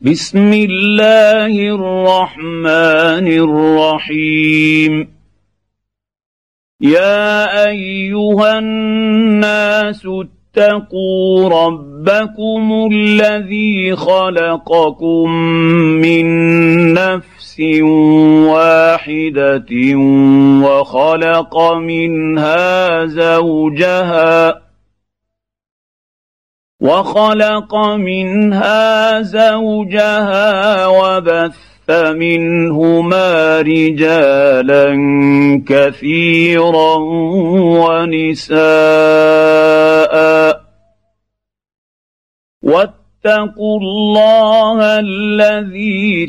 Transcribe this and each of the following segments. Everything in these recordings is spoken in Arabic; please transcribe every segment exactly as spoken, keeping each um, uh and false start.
بسم الله الرحمن الرحيم يا أيها الناس اتقوا ربكم الذي خلقكم من نفس واحدة وخلق منها زوجها وخلق منها زوجها وبث منهما رجالا كثيرا ونساء واتقوا الله الذي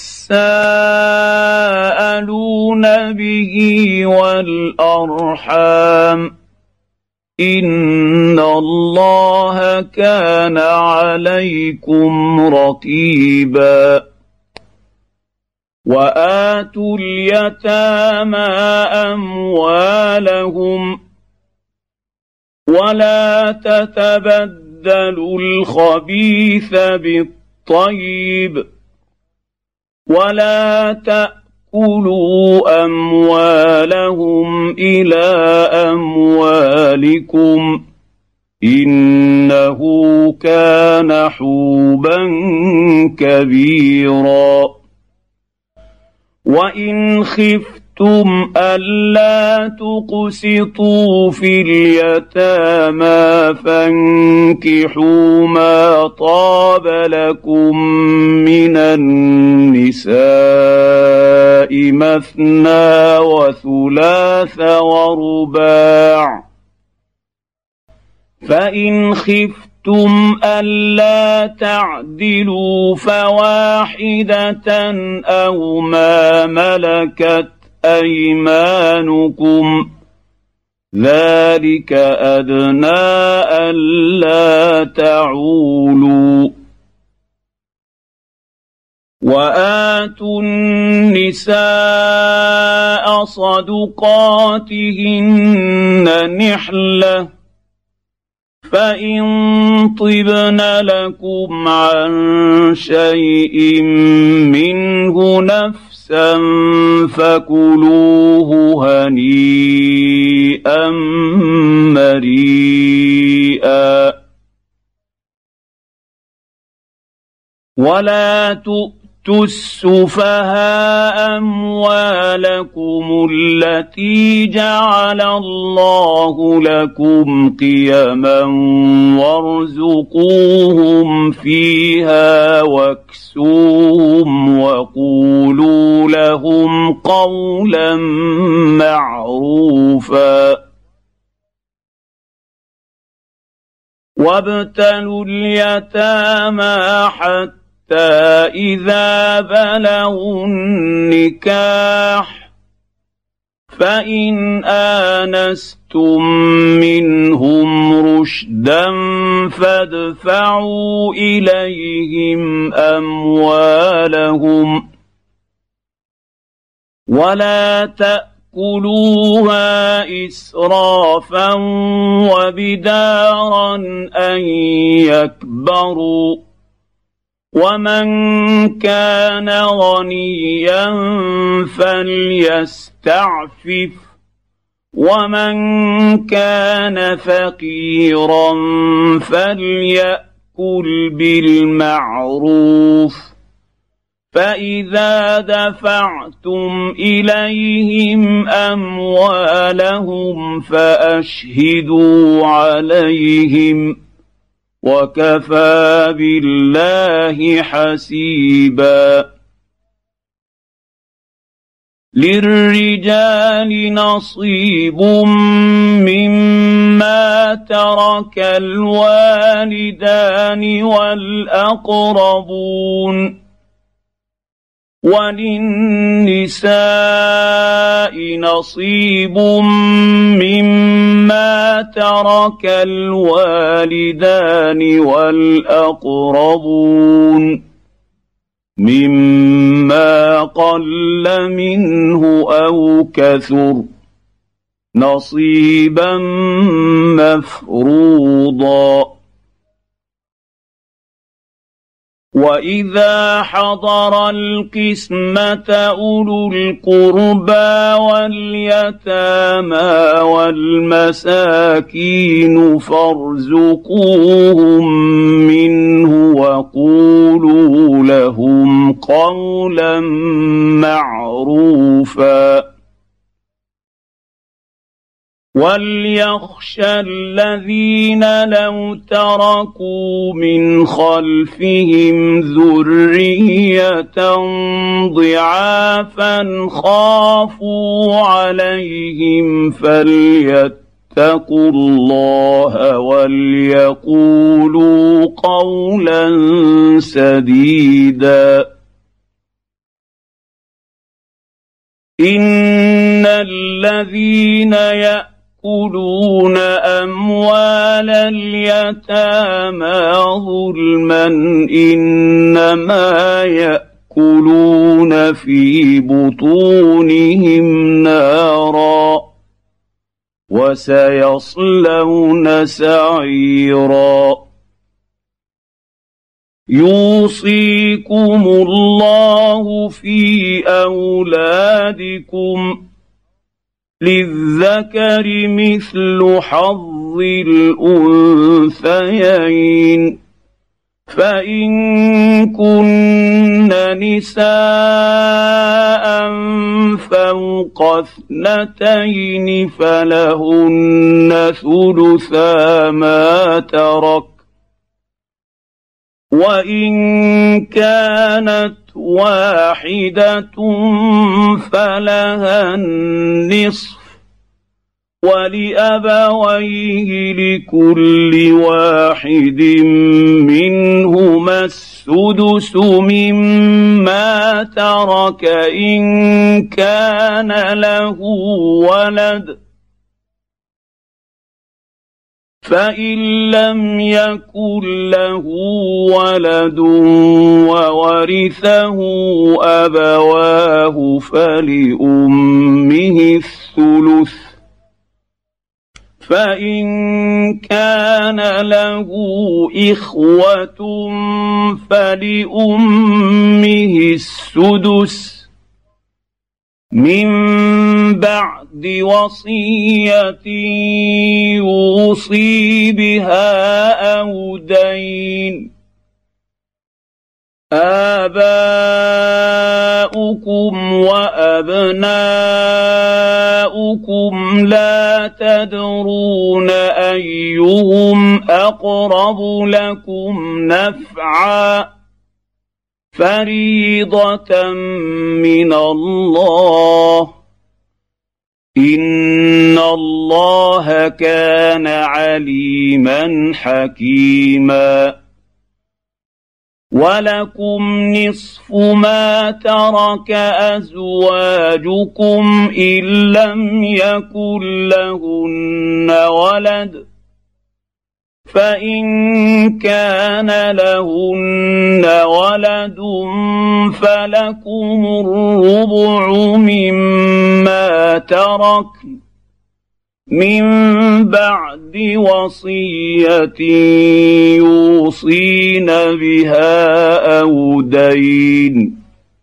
تساءلون به والأرحام إن الله كان عليكم رقيبا وآتوا اليتامى أموالهم ولا تتبدلوا الخبيث بالطيب ولا تأكلوا كلوا أموالهم إلى أموالكم إنه كان حوبا كبيرا وإن خفتم ألا تقسطوا في اليتامى فانكحوا ما طاب لكم من النساء مثنى وثلاث ورباع فإن خفتم ألا تعدلوا فواحدة أو ما ملكت أيمانكم ذلك أدنى ألا تعولوا وآتوا النساء صدقاتهن نحلة فإن طبن لكم عن شيء منه نفسا فكلوه هنيئا مريئا ولا تؤتوا السفهاء أموالكم التي جعل الله لكم قيما وارزقوهم فيها واكسوهم وقولوا لهم قولا معروفا وابتلوا اليتامى حتى إذا بلغوا النكاح فإن آنستم منهم رشدا فادفعوا إليهم أموالهم ولا تأكلوها إسرافا وبدارا أن يكبروا ومن كان غنيا فليستعفف ومن كان فقيرا فليأكل بالمعروف فإذا دفعتم إليهم أموالهم فأشهدوا عليهم وكفى بالله حسيبا للرجال نصيب مما ترك الوالدان والأقربون وللنساء نصيب مما ترك الوالدان والأقربون مما قل منه أو كثر نصيبا مفروضا واذا حضر القسمه اولو القربى واليتامى والمساكين فارزقوهم منه وقولوا لهم قولا معروفا وليخشى الذين لو تركوا من خلفهم ذرية ضعافا خافوا عليهم فليتقوا الله وليقولوا قولا سديدا إن الذين يأتون يأكلون أموال اليتامى ظلما إنما يأكلون في بطونهم نارا وسيصلون سعيرا يوصيكم الله في أولادكم للذكر مثل حظ الأنثيين فإن كن نساء فوق اثنتين فلهن ثلثا ما ترك وإن كانت واحدة فلها النصف ولأبويه لكل واحد منهما السدس مما ترك إن كان له ولد فإن لم يكن له ولد وورثه أبواه فلأمه الثلث فإن كان له إخوة فلأمه السدس من بعد وصية يوصي بها أو دين آباؤكم وأبناؤكم لا تدرون أيهم أقرب لكم نفعا فريضة من الله إن الله كان عليما حكيما ولكم نصف ما ترك أزواجكم إن لم يكن لهن ولد فإن كان لهن ولد فلكم الربع مما تركن من بعد وصية يوصين بها أو دين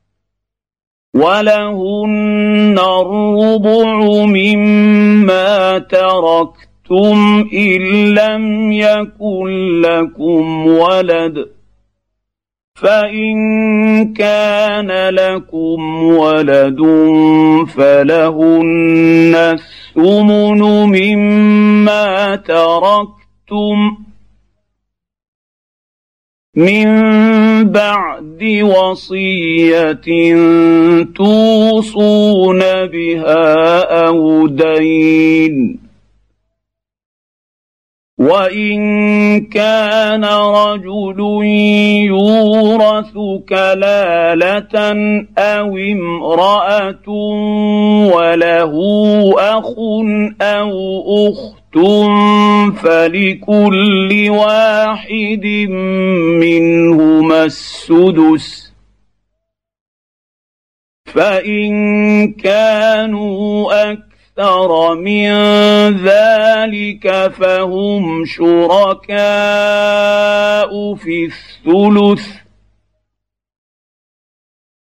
ولهن الربع مما تركتم ثم إن لم يكن لكم ولد فإن كان لكم ولد فلهن الثمن مما تركتم من بعد وصية توصون بها أو دين وإن كان رجل يورث كلالة أو امرأة وله أخ أو أخت فلكل واحد منهما السدس فإن كانوا أكثر أكثر من ذلك فهم شركاء في الثلث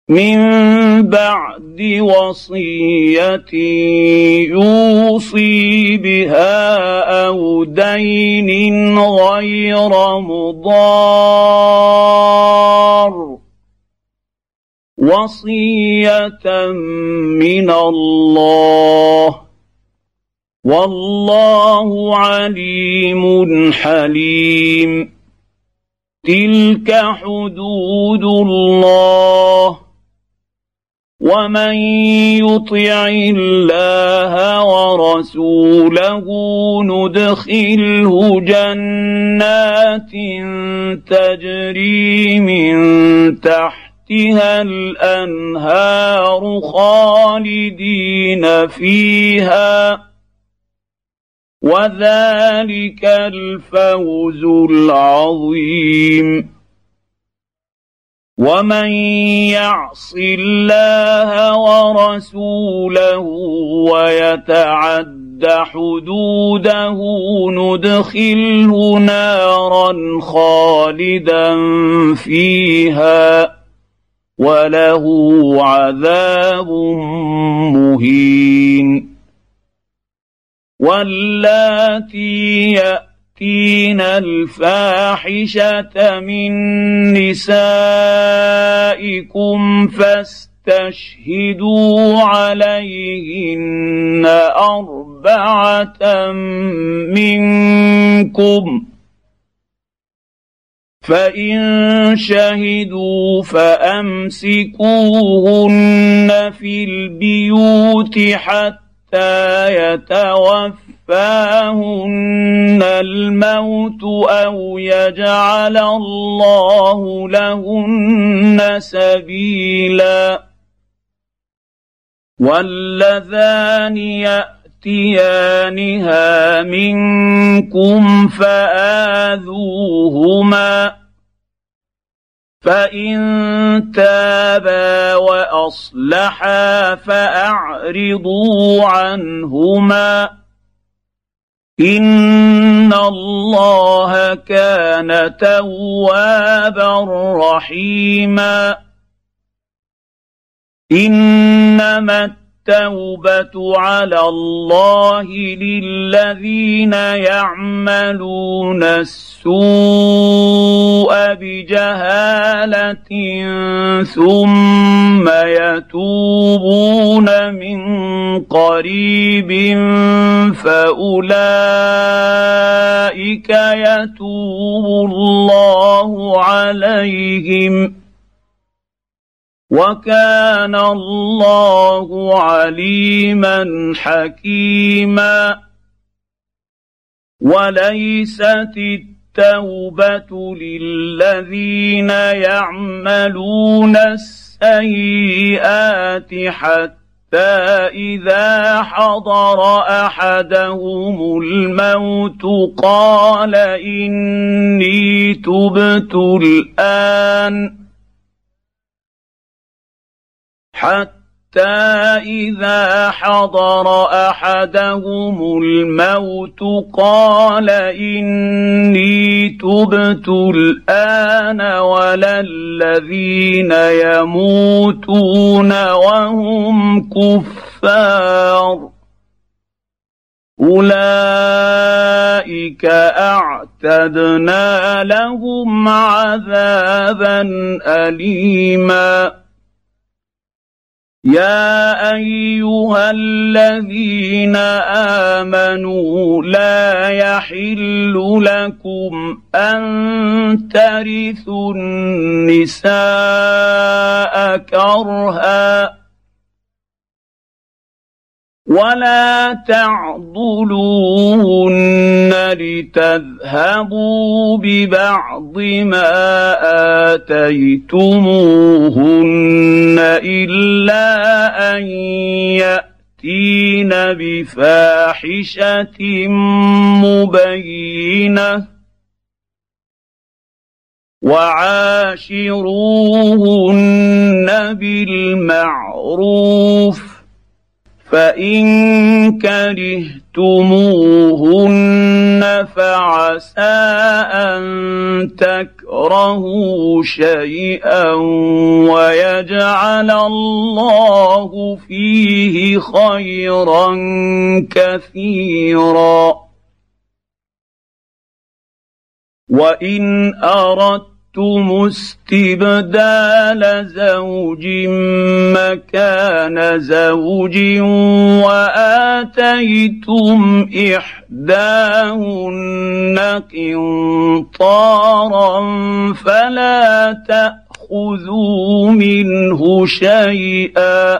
من بعد وصية يوصي بها أو دين غير مضار وصية من الله والله عليم حليم. تلك حدود الله ومن يطع الله ورسوله ندخله جنات تجري من تحتها الأنهار خالدين فيها وذلك الفوز العظيم. ومن يعص الله ورسوله ويتعد حدوده ندخله نارا خالدا فيها وله عذاب مهين. واللاتي يأتين الفاحشة من نسائكم فاستشهدوا عليهن أربعة منكم فإن شهدوا فأمسكوهن في البيوت حتى يتوفاهن الموت أو يجعل الله لهن سبيلا. واللذان يأتيانها منكم فآذوهما فإن تابا وأصلحا فأعرضوا عنهما إن الله كان توابا رحيما. إنما التوبة على الله للذين يعملون السوء بجهالة ثم يتوبون من قريب فأولئك يتوب الله عليهم وكان الله عليما حكيما. وليست التوبة للذين يعملون السيئات حتى إذا حضر أحدهم الموت قال إني تبت الآن حتى إذا حضر أحدهم الموت قال إني تبت الآن ولا الذين يموتون وهم كفار أولئك أعتدنا لهم عذابا أليما. يا أيها الذين آمنوا لا يحل لكم أن ترثوا النساء كرها ولا تعضلوهن لتذهبوا ببعض ما آتيتموهن إلا أن يأتين بفاحشة مبينة وعاشروهن بالمعروف فإن كرهتموهن أردتموهن فعسى أن تكرهوا شيئا ويجعل الله فيه خيرا كثيرا وإن أردتم استبدال زوج مكان زوج وآتيتم إحداهن قنطارا فلا تأخذوا منه شيئا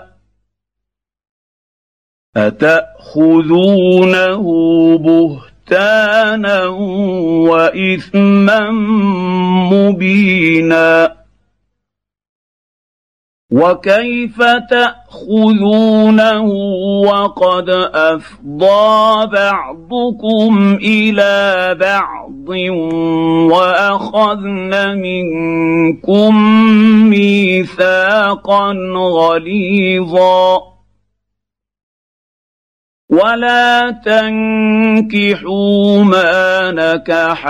أتأخذونه بهتانا وإثما مبينا وكيف تأخذونه وقد أفضى بعضكم إلى بعض وأخذن منكم ميثاقا غليظا ولا تنكحوا ما نكح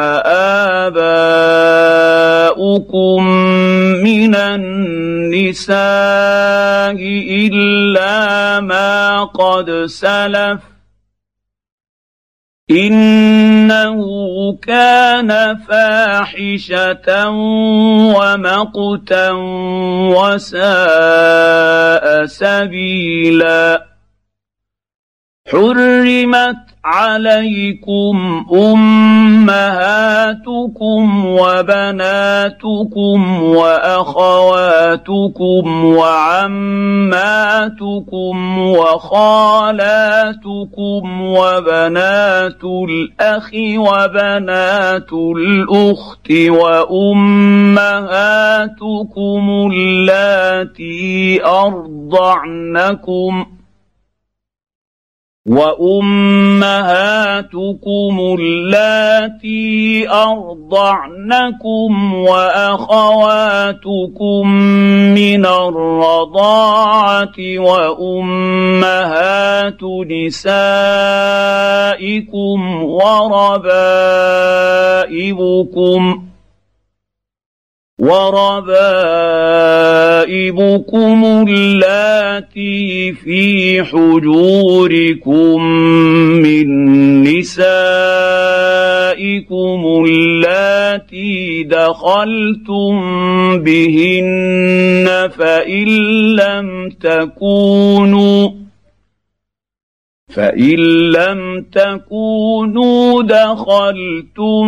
آباؤكم من النساء إلا ما قد سلف إنه كان فاحشة ومقتا وساء سبيلا حرمت عليكم أمهاتكم وبناتكم وأخواتكم وعماتكم وخالاتكم وبنات الأخ وبنات الأخت وأمهاتكم اللاتي أرضعنكم وأمهاتكم اللاتي أرضعنكم وأخواتكم من الرضاعة وأمهات نسائكم وربائبكم وربائبكم اللاتي في حجوركم من نسائكم اللاتي دخلتم بهن فإن لم تكونوا فإن لم تكونوا دخلتم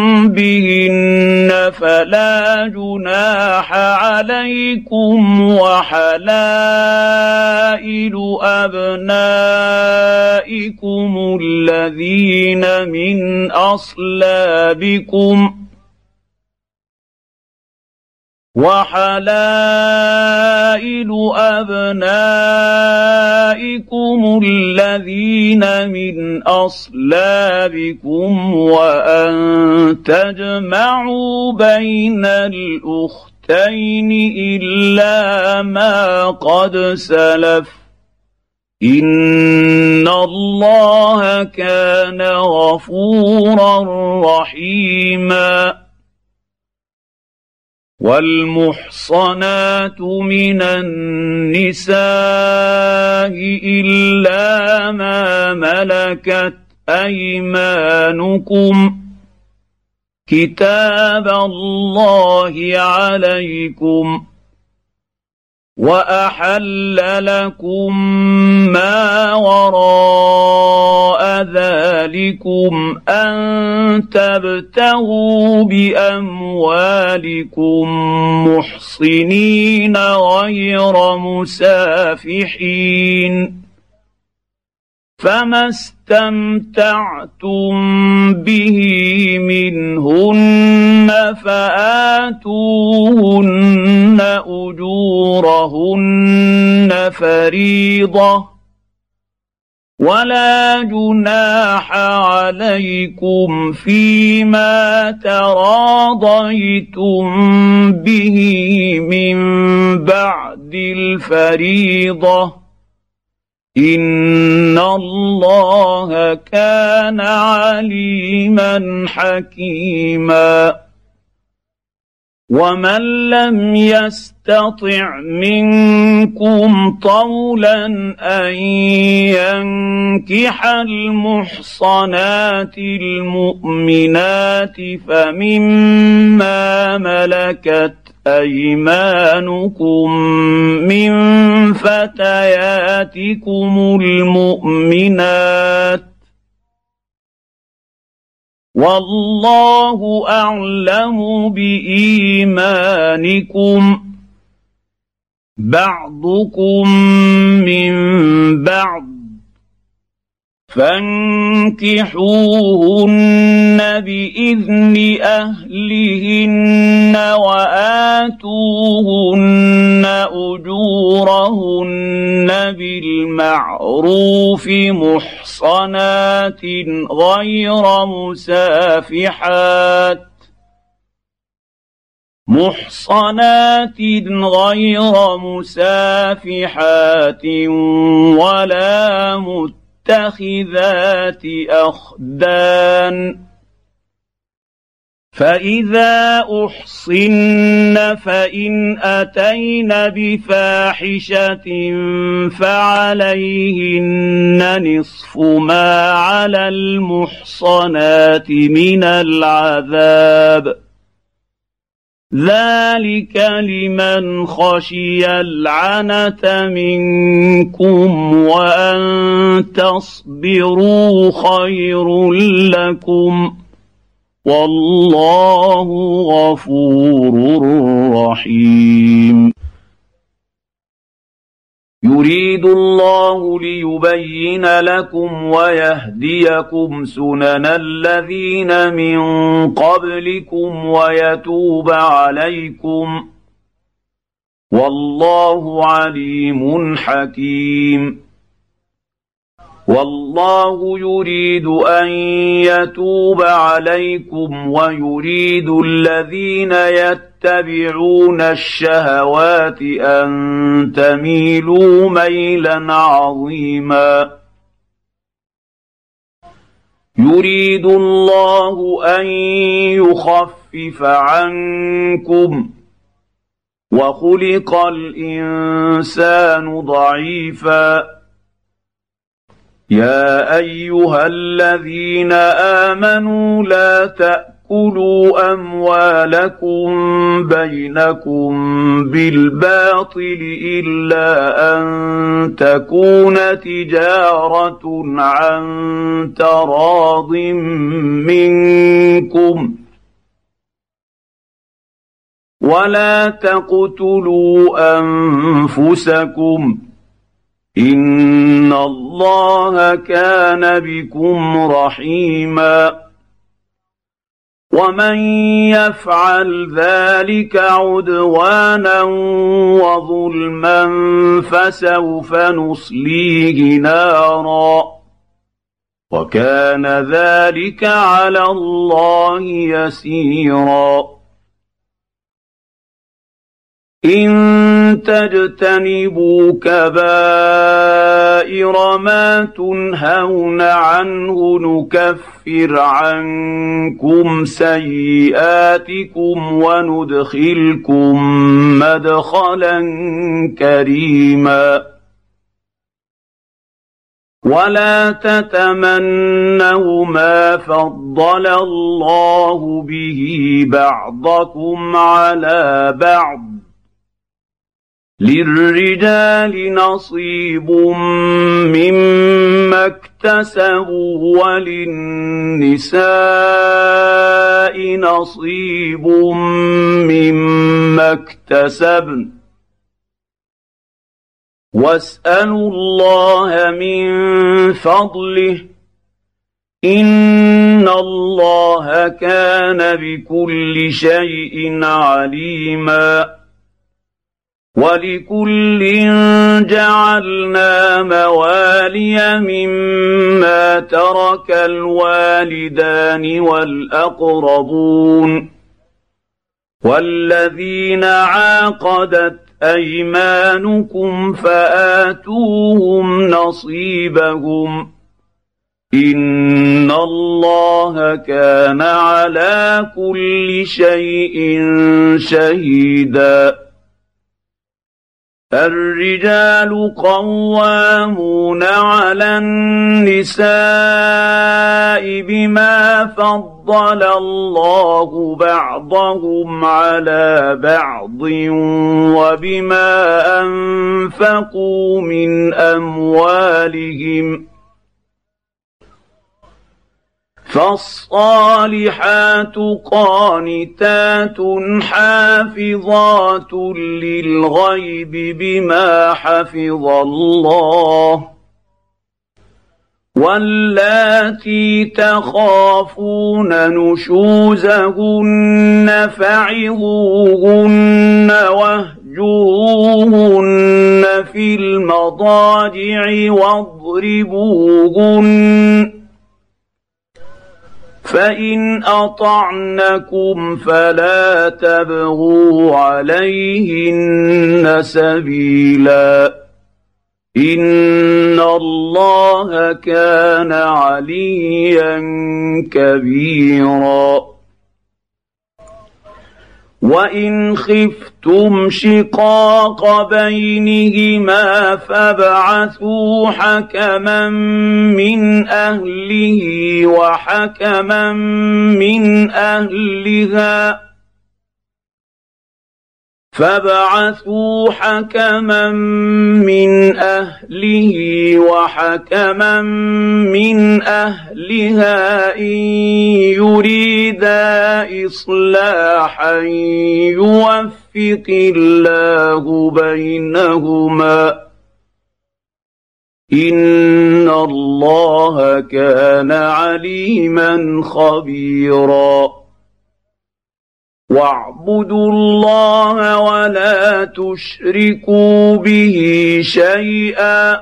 بهن فلا جناح عليكم وحلائل أبنائكم الذين من أصلابكم وحلائل أبنائكم الذين من أصلابكم وأن تجمعوا بين الأختين إلا ما قد سلف إن الله كان غفورا رحيما والمحصنات من النساء إلا ما ملكت أيمانكم كتاب الله عليكم وأحل لكم ما وراء ذلكم أن تبتغوا بأموالكم محصنين غير مسافحين فما استمتعتم به منهن فآتوهن أجورهن فريضة ولا جناح عليكم فيما تراضيتم به من بعد الفريضة إن الله كان عليما حكيما. ومن لم يستطع منكم طولا أن ينكح المحصنات المؤمنات فمما ملكت أيمانكم من فتياتكم المؤمنات والله أعلم بإيمانكم بعضكم من بعض فانكحوهن بإذن أهلهن وآتوهن أجورهن بالمعروف محصنات غير مسافحات محصنات غير مسافحات ولا متخذات أخدان فإذا أحصن فإن أتين بفاحشة فعليهن نصف ما على المحصنات من العذاب ذلك لمن خشي العنة منكم وأن تصبروا خير لكم والله غفور رحيم. يريد الله ليبين لكم ويهديكم سنن الذين من قبلكم ويتوب عليكم والله عليم حكيم. والله يريد أن يتوب عليكم ويريد الذين يتبعون الشهوات أن تميلوا ميلا عظيما. يريد الله أن يخفف عنكم وخلق الإنسان ضعيفا. يا أيها الذين آمنوا لا تأكلوا أموالكم بينكم بالباطل إلا أن تكون تجارة عن تراض منكم ولا تقتلوا أنفسكم إن الله كان بكم رحيما. ومن يفعل ذلك عدوانا وظلما فسوف نصليه نارا وكان ذلك على الله يسيرا. إن تجتنبوا كبائر ما تنهون عنه نكفر عنكم سيئاتكم وندخلكم مدخلا كريما. ولا تتمنوا ما فضل الله به بعضكم على بعض للرجال نصيب مما اكتسبوا وللنساء نصيب مما اكتسبن واسألوا الله من فضله إن الله كان بكل شيء عليما. ولكل جعلنا موالي مما ترك الوالدان والأقربون والذين عاقدت أيمانكم فآتوهم نصيبهم إن الله كان على كل شيء شهيدا الرجال قوامون على النساء بما فضل الله بعضهم على بعض وبما أنفقوا من أموالهم فالصالحات قانتات حافظات للغيب بما حفظ الله واللاتي تخافون نشوزهن فعظوهن واهجروهن في المضاجع واضربوهن فإن أطعنكم فلا تبغوا عليهن سبيلا إن الله كان عليا كبيرا وإن خفتم شقاق بينهما فابعثوا حكما من أهله وحكما من أهلها فابعثوا حكما من أهله وحكما من أهلها إن يريدا إصلاحا يوفق الله بينهما إن الله كان عليما خبيرا واعبدوا الله ولا تشركوا به شيئا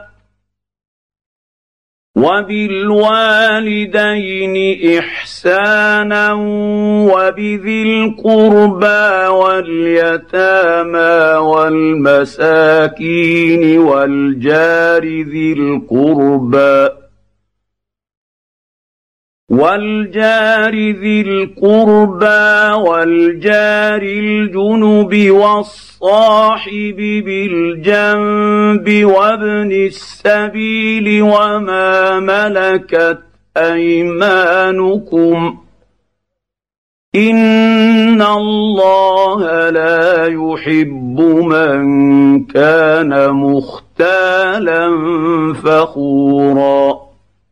وبالوالدين إحسانا وبذي القربى واليتامى والمساكين والجار ذي القربى والجار ذي القربى والجار الجنب والصاحب بالجنب وابن السبيل وما ملكت أيمانكم إن الله لا يحب من كان مختالا فخورا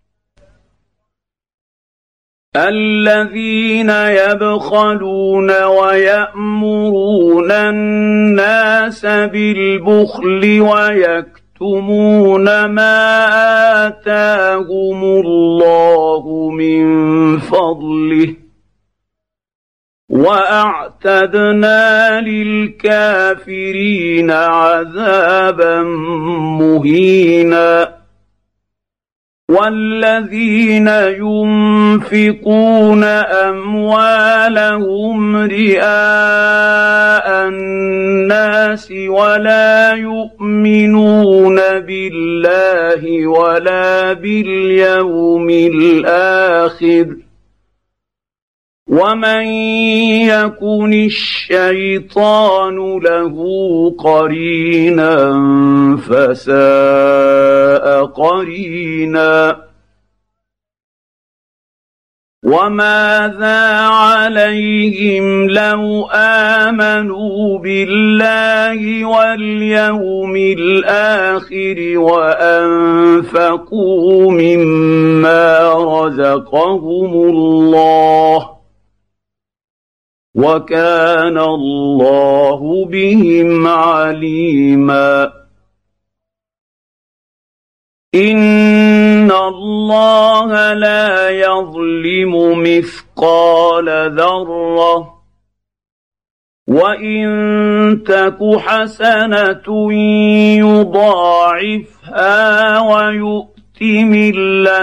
الذين يبخلون ويأمرون الناس بالبخل ويكتمون ما آتاهم الله من فضله وأعتدنا للكافرين عذابا مهينا والذين ينفقون أموالهم رئاء الناس ولا يؤمنون بالله ولا باليوم الآخر ومن يكن الشيطان له قرينا فساء قرينا وماذا عليهم لو آمنوا بالله واليوم الآخر وأنفقوا مما رزقهم الله وكان الله بهم عليما إن الله لا يظلم مثقال ذرة وإن تك حسنة يضاعفها ويؤت من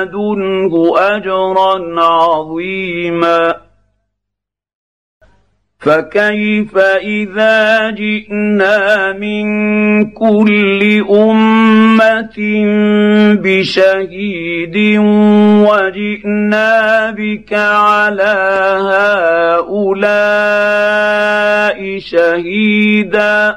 لدنه أجرا عظيما فكيف إذا جئنا من كل أمة بشهيد وجئنا بك على هؤلاء شهيدا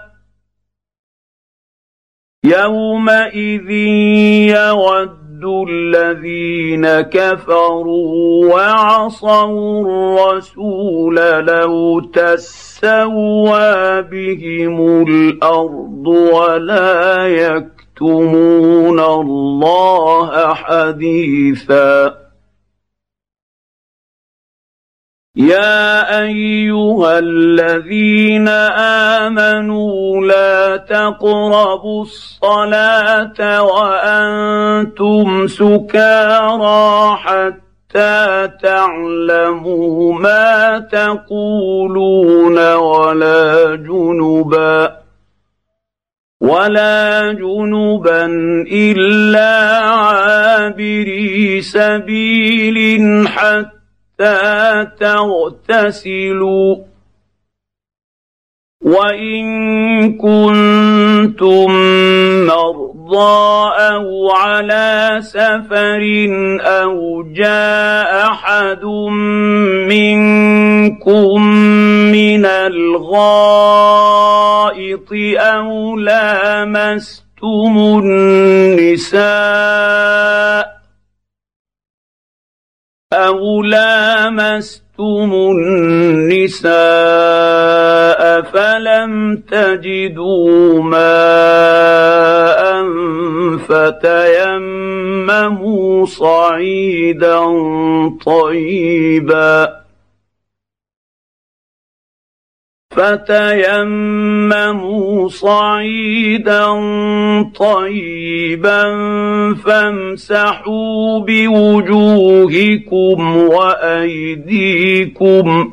يومئذ يود الذين كفروا وعصوا الرسول لو تسوى بهم الأرض ولا يكتمون الله حديثا يا أيها الذين آمنوا لا تقربوا الصلاة وأنتم سكارى حتى تعلموا ما تقولون ولا جنبا ولا جنبا إلا عابري سبيل حتى تغتسلوا وإن كنتم مرضى أو على سفر أو جاء أحد منكم من الغائط أو لامستم النساء أو لامستم النساء فلم تجدوا ماء فتيمموا صعيدا طيبا فتيمموا صعيدا طيبا فامسحوا بوجوهكم وأيديكم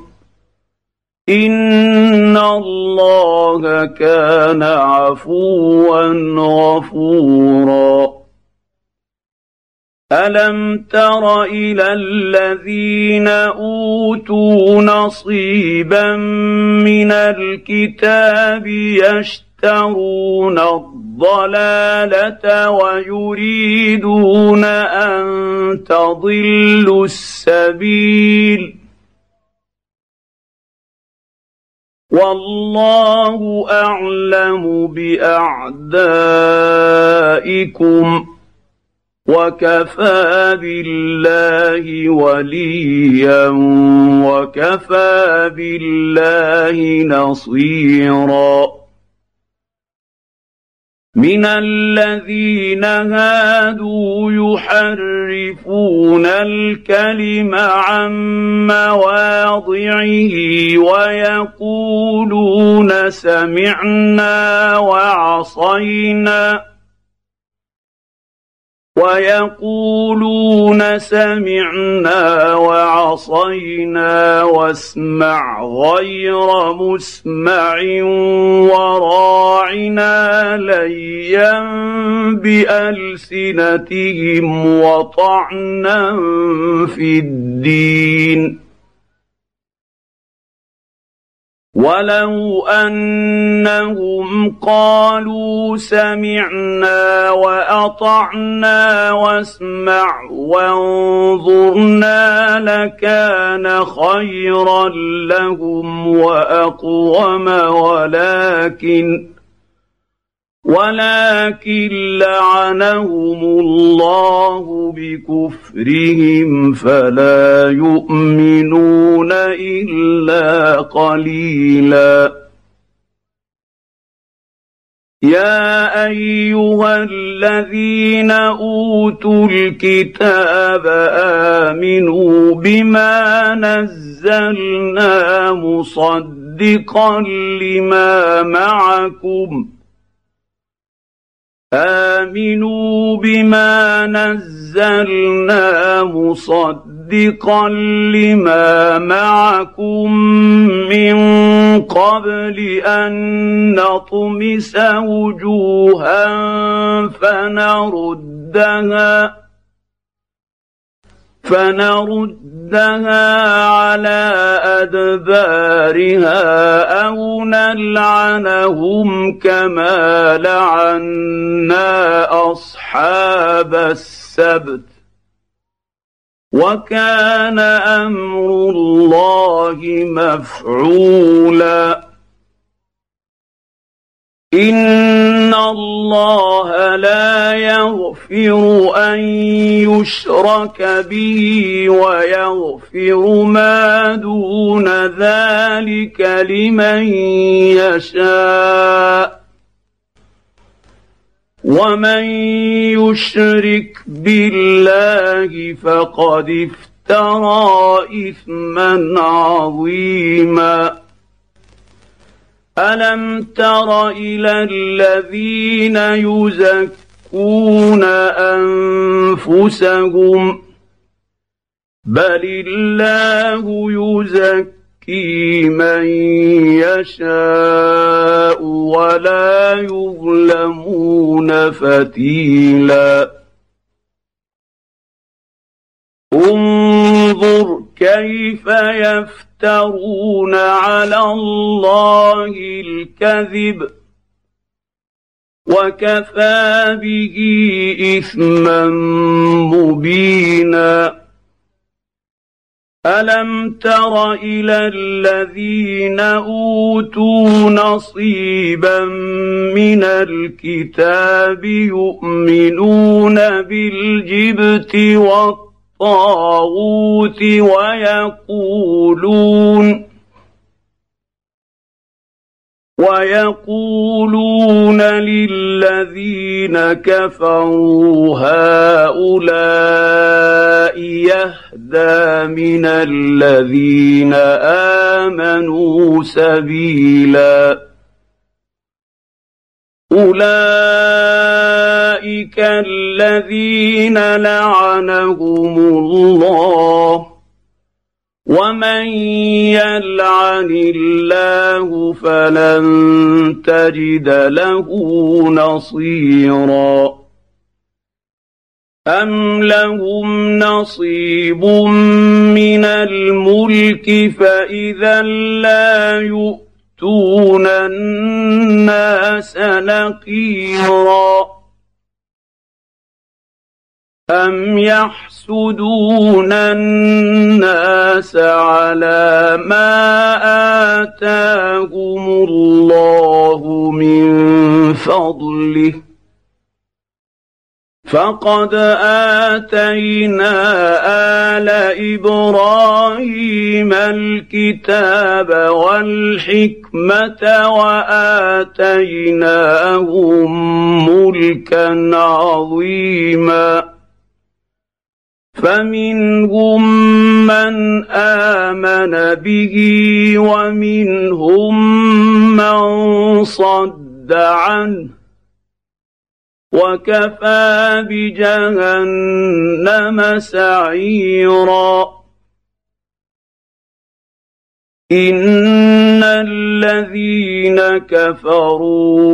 إن الله كان عفوا غفورا ألم تر إلى الذين أوتوا نصيبا من الكتاب يشترون الضلالة ويريدون أن تضلوا السبيل والله أعلم بأعدائكم وكفى بالله وليا وكفى بالله نصيرا من الذين هادوا يحرفون الكلم عن مواضعه ويقولون سمعنا وعصينا ويقولون سمعنا وعصينا واسمع غير مسمع وراعنا ليا بألسنتهم وطعنا في الدين ولو أنهم قالوا سمعنا وأطعنا واسمع وانظرنا لكان خيرا لهم وأقوم ولكن ولكن لعنهم الله بكفرهم فلا يؤمنون إلا قليلا يا أيها الذين أوتوا الكتاب آمنوا بما نزلنا مصدقا لما معكم آمنوا بما نزلنا مصدقا لما معكم من قبل أن نطمس وجوها فنردها فنردها على أدبارها أو نلعنهم كما لعنا أصحاب السبت وكان أمر الله مفعولا إن الله لا يغفر أن يشرك به ويغفر ما دون ذلك لمن يشاء ومن يشرك بالله فقد افترى إثما عظيما ألم تر إلى الذين يزكون أنفسهم بل الله يزكي من يشاء ولا يظلمون فتيلا انظر كيف يفترون على الله الكذب وكفى به إثما مبينا ألم تر إلى الذين أوتوا نصيبا من الكتاب يؤمنون بالجبت والطاغوت ويقولون ويقولون للذين كفروا هؤلاء يهدى من الذين آمنوا سبيلا أولئك الذين لعنهم الله ومن يلعن الله فلن تجد له نصيرا أم لهم نصيب من الملك فإذا لا يؤتون الناس نقيرا أم يحسدون الناس على ما آتاهم الله من فضله فقد آتينا آل إبراهيم الكتاب والحكمة وآتيناهم ملكا عظيما فمنهم من آمن به ومنهم من صد عنه وكفى بجهنم سعيرا إن الذين كفروا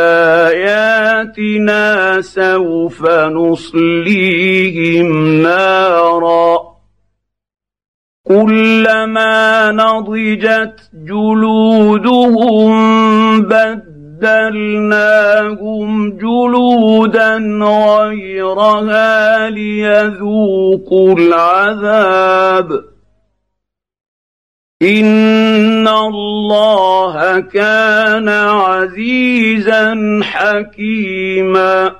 بآياتنا سوف نصليهم نارا كلما نضجت جلودهم بدلناهم جلودا غيرها ليذوقوا العذاب إن الله كان عزيزا حكيما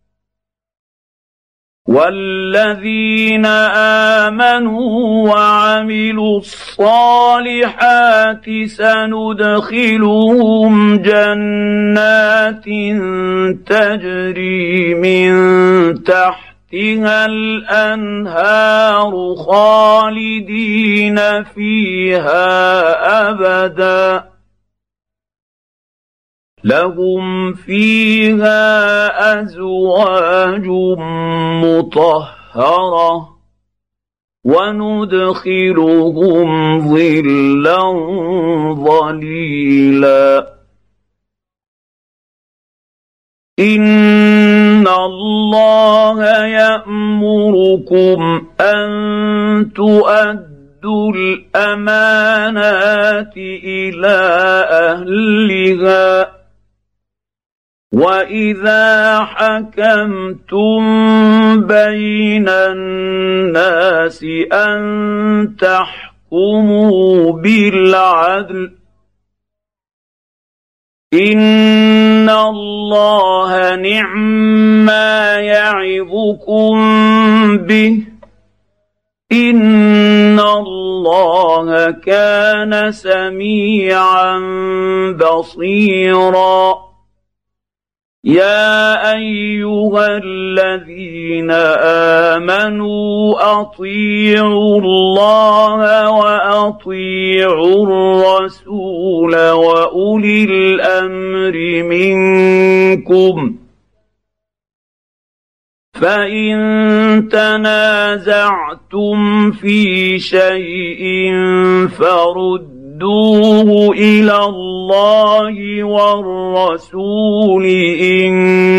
والذين آمنوا وعملوا الصالحات سندخلهم جنات تجري من تحت تحتها الأنهار خالدين فيها أبدا لهم فيها أزواج مطهرة وندخلهم ظلا ظليلا إن الله يأمر يعظكم أن تؤدوا الأمانات إلى أهلها وإذا حكمتم بين الناس أن تحكموا بالعدل إن الله نعما يعظكم به إن الله كان سميعا بصيرا يا أيها الذين آمنوا أطيعوا الله وأطيعوا الرسول وأولي الأمر منكم فإن تنازعتم في شيء فردوه ردوه إلى الله والرسول إن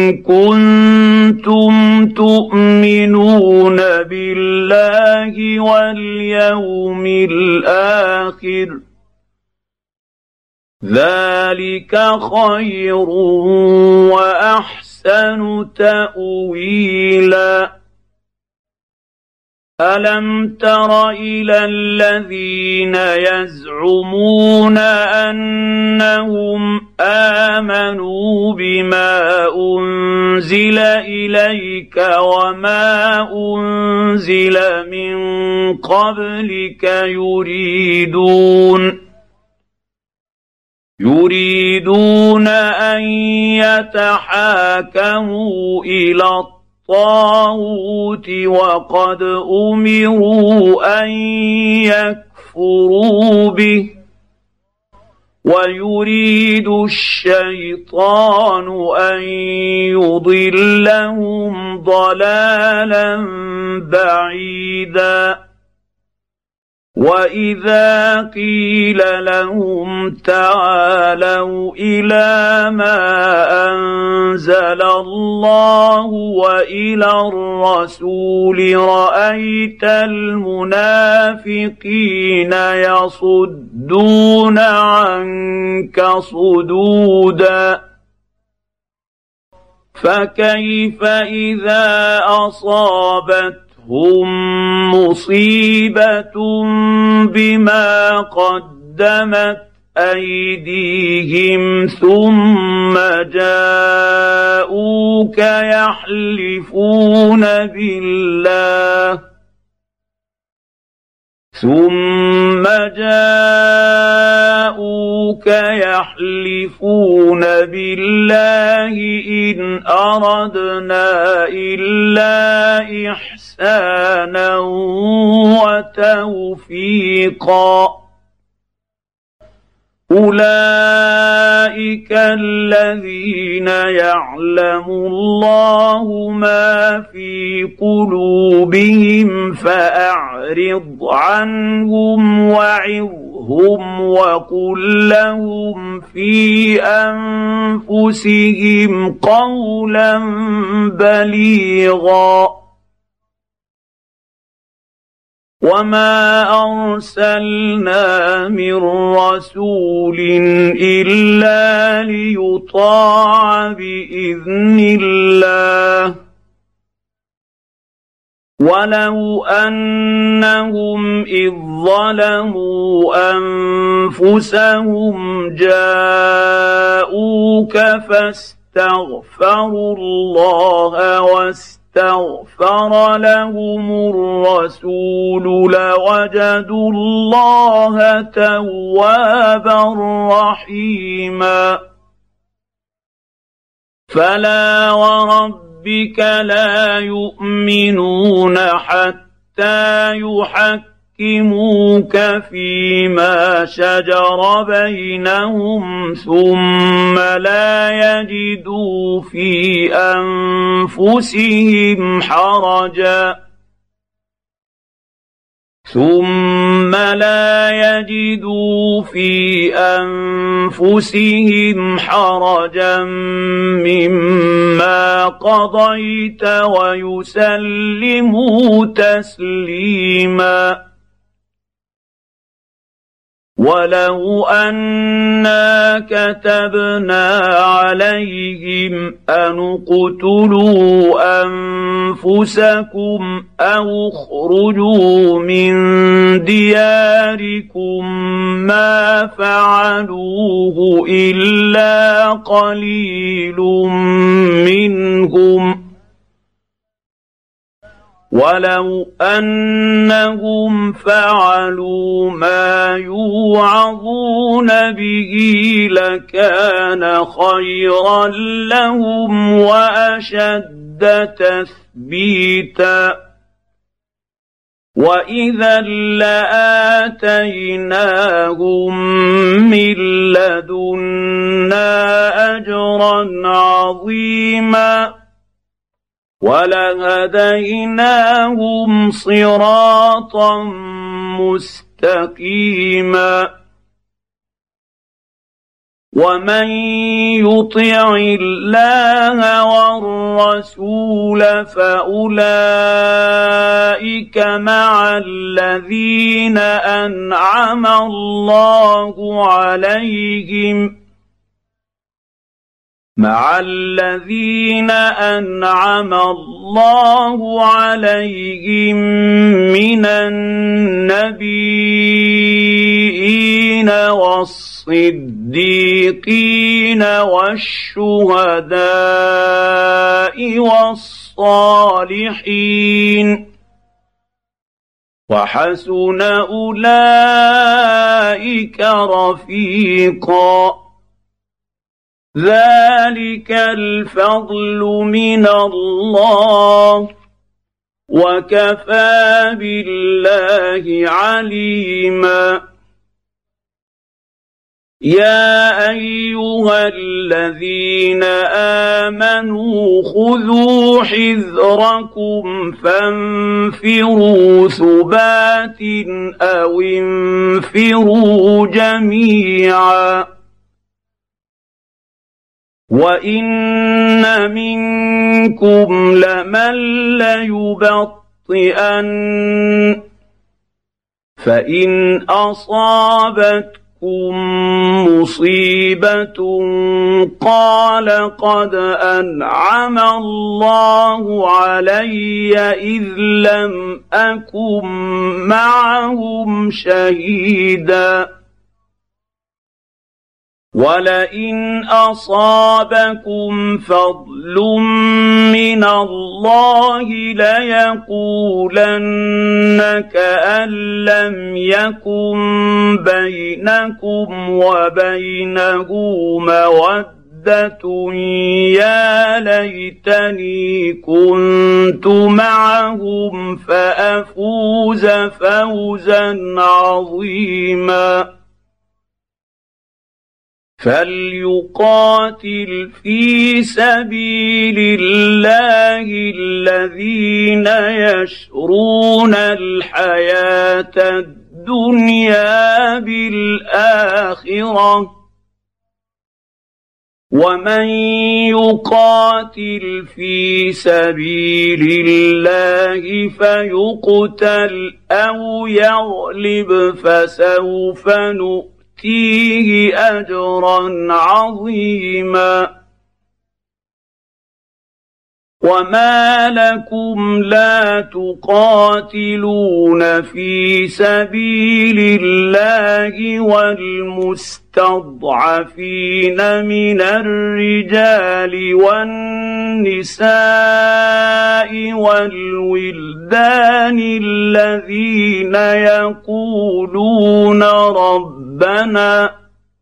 كنتم تؤمنون بالله واليوم الآخر ذلك خير وأحسن تأويلا ألم تر إلى الذين يزعمون أنهم آمنوا بما أنزل إليك وما أنزل من قبلك يريدون يريدون أن يتحاكموا إلى الطاغوت الطاغوت وقد أمروا أن يكفروا به ويريد الشيطان أن يضلهم ضلالا بعيدا وإذا قيل لهم تعالوا إلى ما أنزل الله وإلى الرسول رأيت المنافقين يصدون عنك صدودا فكيف إذا أصابت هم مصيبة بما قدمت أيديهم ثم جاءوك يحلفون بالله ثم جاءوك يحلفون بالله إن أردنا إلا إحسانا وتوفيقا أولئك الذين يعلم الله ما في قلوبهم فأعرض عنهم وعظهم وقل لهم في أنفسهم قولا بليغا وما أرسلنا من رسول إلا ليطاع بإذن الله ولو أنهم إذ ظلموا أنفسهم جاءوك فاستغفروا الله واستغفروا استغفر لهم الرسول لوجدوا الله توابا رحيما فلا وربك لا يؤمنون حتى يحكموك فيما شجر بينهم ثم لا يجدوا في أنفسهم حرجا ثم لا يجدوا في أنفسهم حرجا مما قضيت ويسلموا تسليما. ولو أنا كتبنا عليهم أن اقتلوا أنفسكم أو اخرجوا من دياركم ما فعلوه إلا قليل منهم، ولو أنهم فعلوا ما يوعظون به لكان خيرا لهم وأشد تثبيتا، وإذا لآتيناهم من لدنا أجرا عظيما ولهديناهم صراطا مستقيما. ومن يطع الله والرسول فأولئك مع الذين أنعم الله عليهم مع الذين أنعم الله عليهم من النبيين والصديقين والشهداء والصالحين، وحسن أولئك رفيقا. ذلك الفضل من الله وكفى بالله عليما. يا أيها الذين آمنوا خذوا حذركم فانفروا ثبات أو انفروا جميعا. وإن منكم لمن ليبطئن فإن أصابتكم مصيبة قال قد أنعم الله علي إذ لم أكن معهم شهيدا. ولئن أصابكم فضل من الله ليقولن كأن لم يكن بينكم وبينه مودة يا ليتني كنت معهم فأفوز فوزا عظيما. فليقاتل في سبيل الله الذين يشرون الحياة الدنيا بالآخرة، ومن يقاتل في سبيل الله فيقتل أو يغلب فسوف نؤمن فيه أجرا عظيما. وما لكم لا تقاتلون في سبيل الله والمستضعفين من الرجال والنساء والولدان الذين يقولون ربنا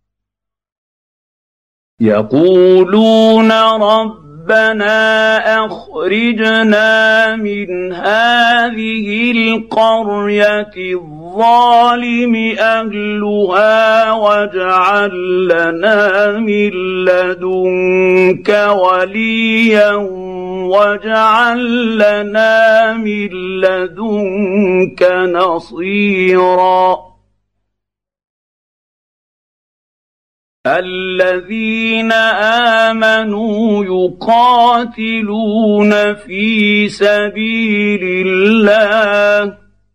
يقولون ربنا ربنا أخرجنا من هذه القرية الظالم أهلها واجعل لنا من لدنك وليا واجعل لنا من لدنك نصيرا. الذين آمنوا يقاتلون في سبيل الله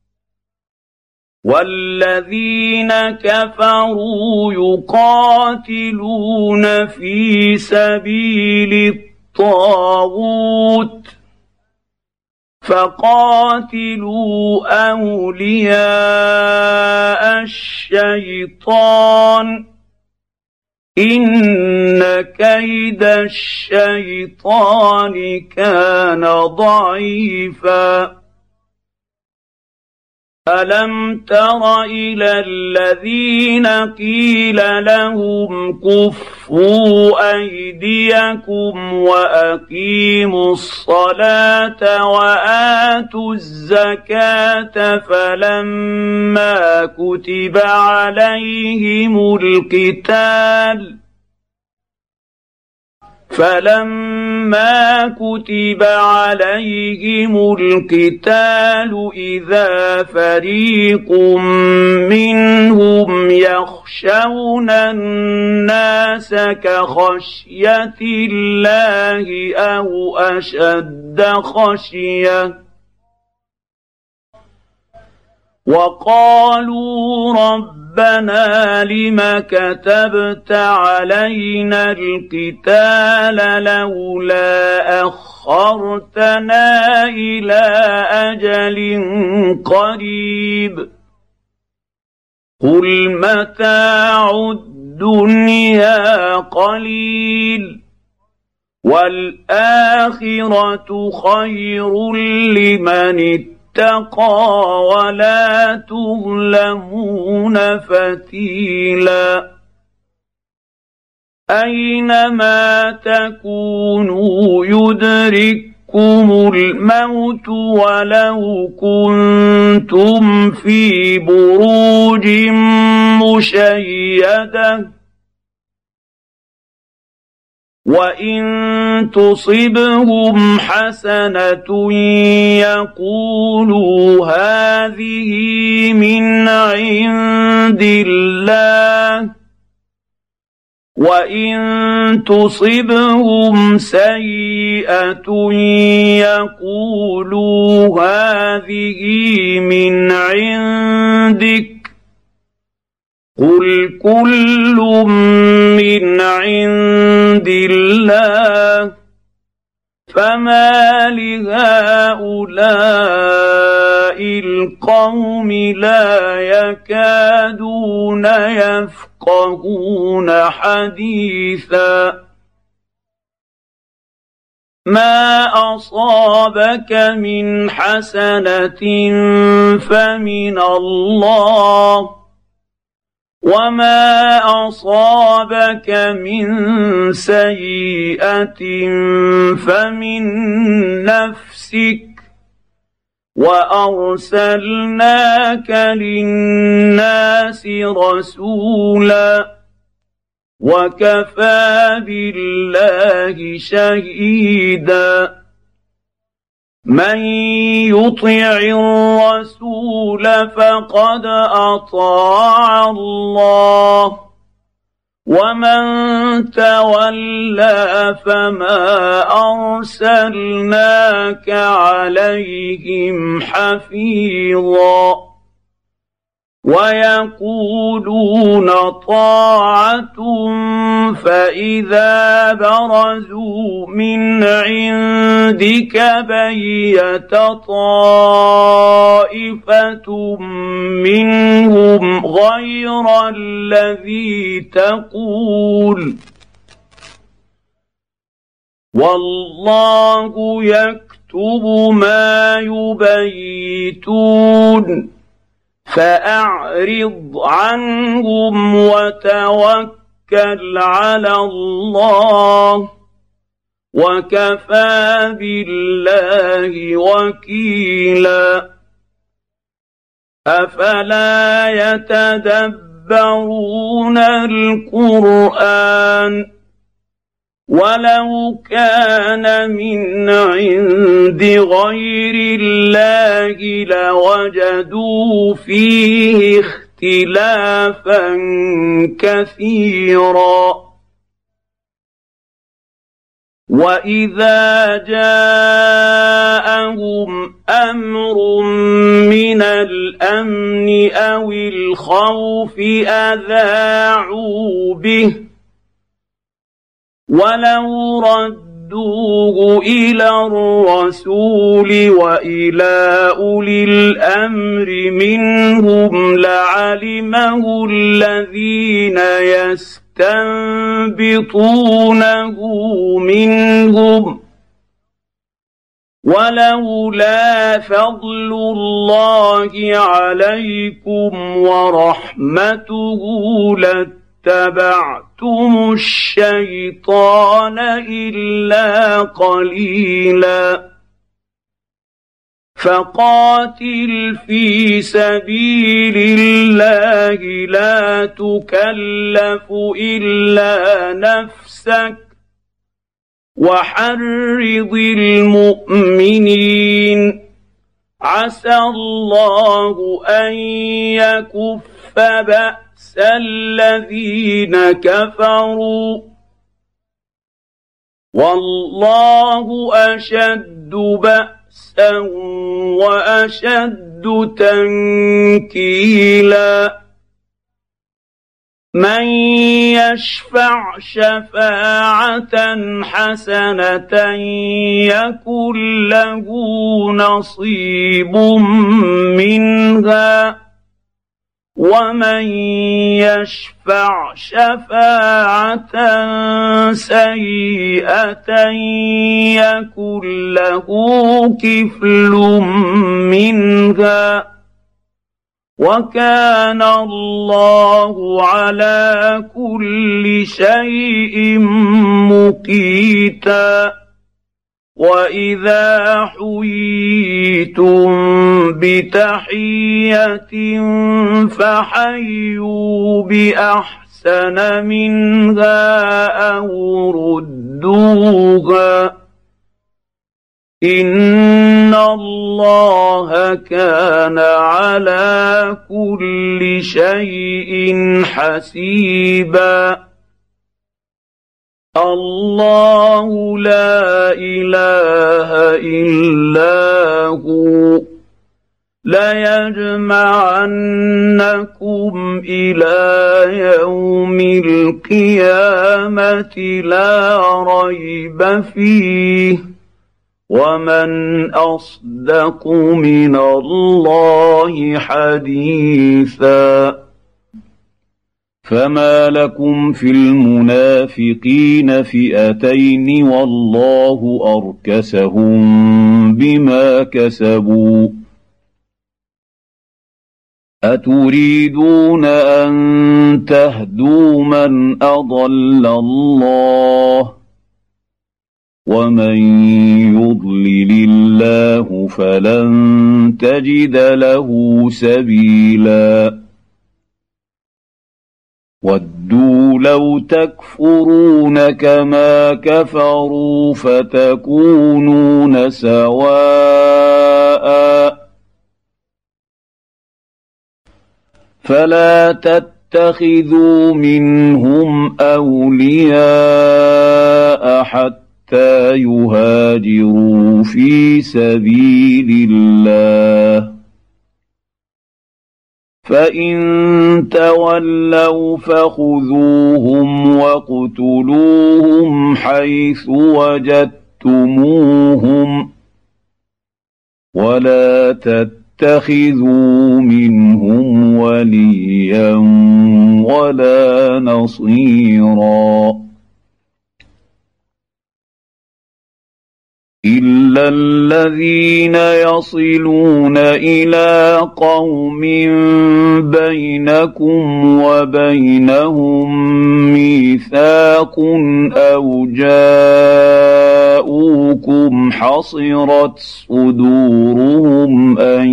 والذين كفروا يقاتلون في سبيل الطاغوت فقاتلوا أولياء الشيطان إن كيد الشيطان كان ضعيفا ألم تر إلى الذين قيل لهم كفوا أيديكم وأقيموا الصلاة وآتوا الزكاة فلما كتب عليهم القتال فلما كتب عليهم القتال إذا فريق منهم يخشون الناس كخشية الله أو أشد خشية وقالوا ربنا لم كتبت علينا القتال لولا أخرتنا إلى أجل قريب قل متاع الدنيا قليل والآخرة خير لمن اتقى ولا تظلمون فتيلا أينما تكونوا يدرككم الموت ولو كنتم في بروج مشيدة وإن تصبهم حسنة يقولوا هذه من عند الله وإن تصبهم سيئة يقولوا هذه من عندك قل كل من عند الله فما لهؤلاء القوم لا يكادون يفقهون حديثا ما أصابك من حسنة فمن الله وما أصابك من سيئة فمن نفسك وأرسلناك للناس رسولا وكفى بالله شهيدا من يطع الرسول فقد أطاع الله ومن تولى فما أرسلناك عليهم حفيظا ويقولون طاعة فإذا برزوا من عندك بيت طائفة منهم غير الذي تقول والله يكتب ما يبيتون فأعرض عنهم وتوكل على الله وكفى بالله وكيلا أفلا يتدبرون القرآن ولو كان من عند غير الله لوجدوا فيه اختلافا اختلافا كثيرا. وإذا جاءهم أمر من الأمن أو الخوف أذاعوا به ولو ردوه إلى الرسول وإلى أولي الأمر منهم لعلمه الذين يستنبطونه منهم ولولا فضل الله عليكم ورحمته لاتبعتم الشيطان إلا قليلا. فقاتل في سبيل الله لا تكلف إلا نفسك وحرض المؤمنين عسى الله أن يكف بأس الذين كفروا والله أشد بأسا وأشد تنكيلا. من يشفع شفاعة حسنة يكن له نصيب منها ومن يشفع شفاعة سيئة يكن له كفل منها وكان الله على كل شيء مقيتا. وإذا حييتم بتحية فحيوا بأحسن منها أو ردوها إن الله كان على كل شيء حسيبا. الله لا إله إلا هو ليجمعنكم إلى يوم القيامة لا ريب فيه ومن أصدق من الله حديثا. فما لكم في المنافقين فئتين والله أركسهم بما كسبوا أتريدون أن تهدوا من أضل الله ومن يضلل الله فلن تجد له سبيلا. ودوا لو تكفرون كما كفروا فتكونون سواء فلا تتخذوا منهم أولياء حتى يهاجروا في سبيل الله فإن تولوا فخذوهم واقتلوهم حيث وجدتموهم ولا تتخذوا منهم وليا ولا نصيرا إلا الذين يصلون إلى قوم بينكم وبينهم ميثاق أو جاءوكم حصرت صدورهم أن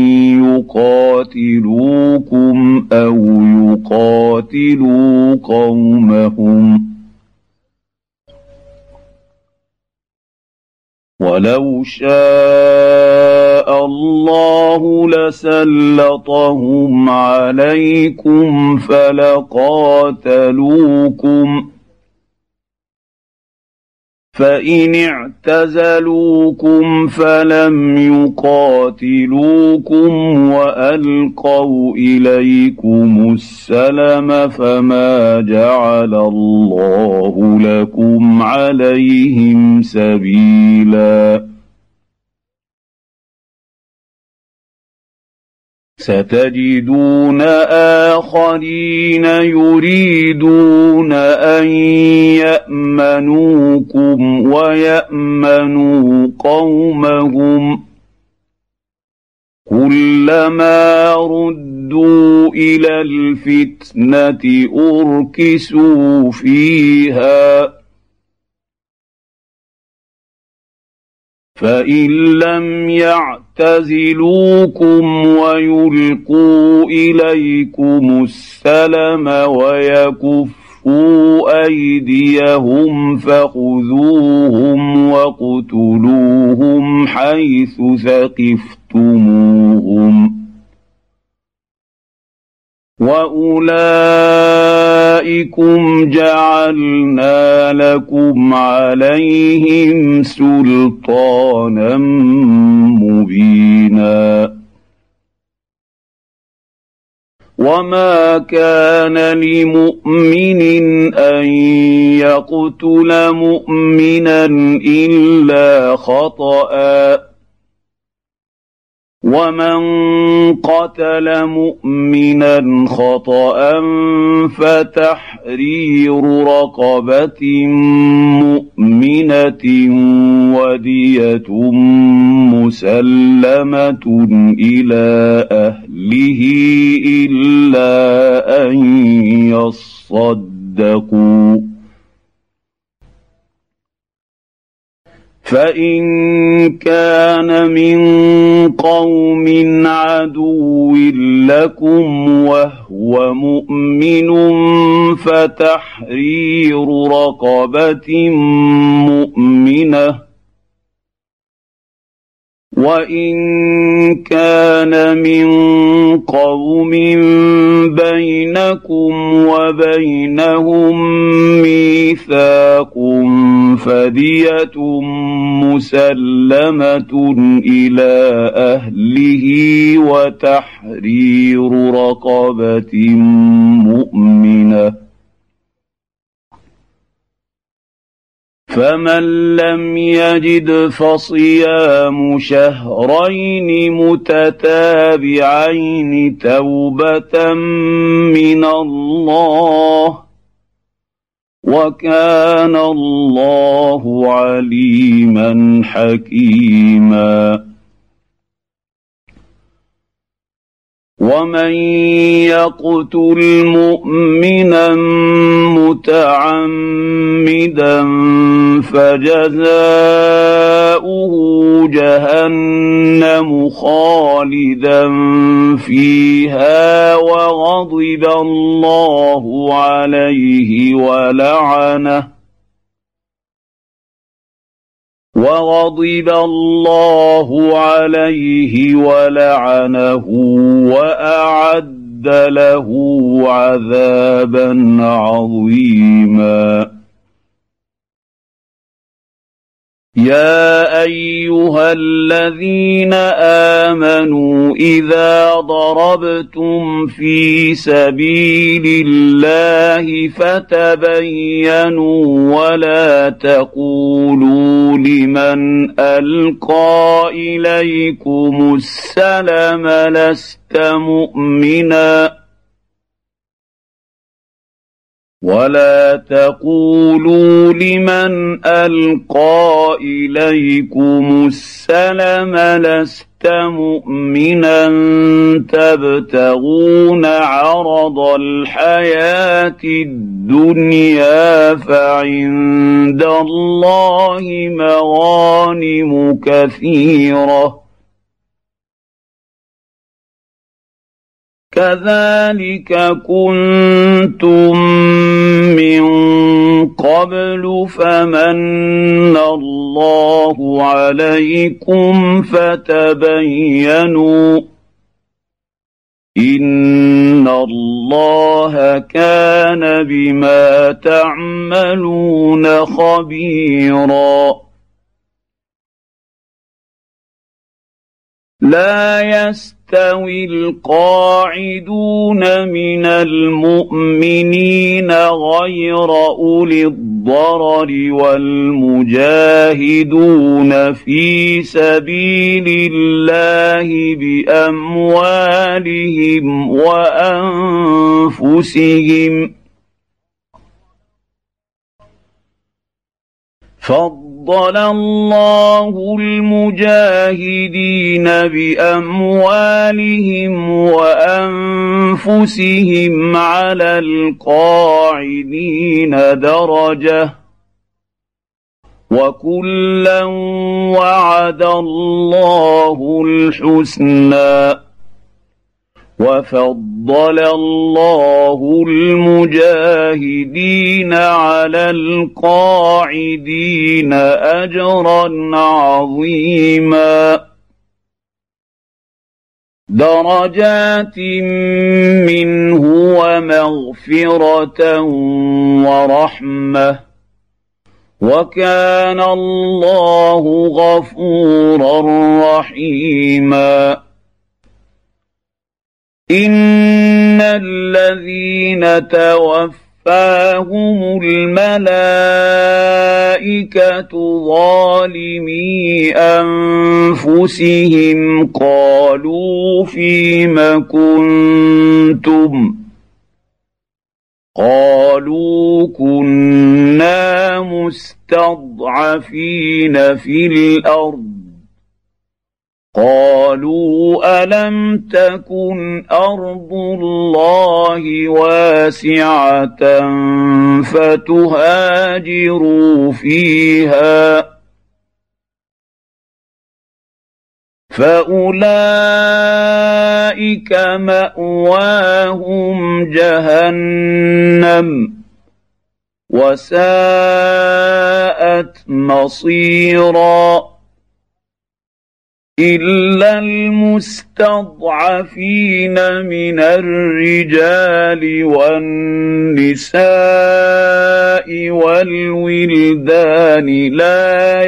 يقاتلوكم أو يقاتلوا قومهم ولو شاء شاء الله لسلطهم عليكم فلقاتلوكم فإن اعتزلوكم فلم يقاتلوكم وألقوا إليكم السلم فما جعل الله لكم عليهم سبيلا ستجدون آخرين يريدون أن يأمنوكم ويأمنوا قومهم كلما ردوا إلى الفتنة أركسوا فيها فإن لم يعتزلوكم ويلقوا إليكم السلم ويكفوا أيديهم فخذوهم واقتلوهم حيث ثقفتموهم وأولئكم جعلنا لكم عليهم سلطانا مبينا وما كان لمؤمن أن يقتل مؤمنا إلا خطأ ومن قتل مؤمنا خطأ فتحرير رقبة مؤمنة ودية مسلمة إلى أهله إلا أن يصدقوا فإن كان من قوم عدو لكم وهو مؤمن فتحرير رقبة مؤمنة وإن كان من قوم بينكم وبينهم ميثاق فدية مسلمة إلى أهله وتحرير رقبة مؤمنة فمن لم يجد فصيام شهرين متتابعين توبة من الله وكان الله عليما حكيما ومن يقتل مؤمنا متعمدا فجزاؤه جهنم خالدا فيها وغضب الله عليه ولعنه وغضب الله عليه ولعنه وأعد له عذابا عظيما يا أيها الذين آمنوا إذا ضربتم في سبيل الله فتبينوا ولا تقولوا لمن ألقى إليكم السلم لست مؤمنا ولا تقولوا لمن ألقى إليكم السلم لست مؤمنا تبتغون عرض الحياة الدنيا فعند الله مغانم كثيرة كذلك كنتم من قبل فمن الله عليكم فتبينوا إن الله كان بما تعملون خبيرا لا يستوي القاعدون من المؤمنين غير أولي الضرر والمجاهدون في سبيل الله بأموالهم وأنفسهم فضل الله المجاهدين بأموالهم وأنفسهم على القاعدين درجة وكلا وعد الله الحسنى وفضل الله المجاهدين على القاعدين أجرا عظيما درجات منه ومغفرة ورحمة وكان الله غفورا رحيما إن الذين توفاهم الملائكة ظالمي أنفسهم قالوا فيم كنتم قالوا كنا مستضعفين في الأرض قالوا ألم تكن أرض الله واسعة فتهاجروا فيها فأولئك مأواهم جهنم وساءت مصيرا إلا المستضعفين من الرجال والنساء والولدان لا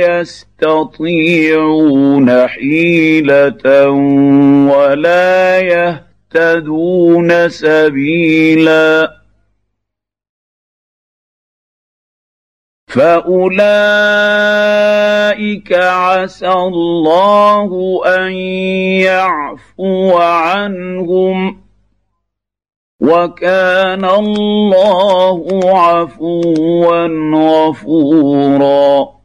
يستطيعون حيلة ولا يهتدون سبيلا فأولئك عسى الله أن يعفو عنهم وكان الله عفوا غفورا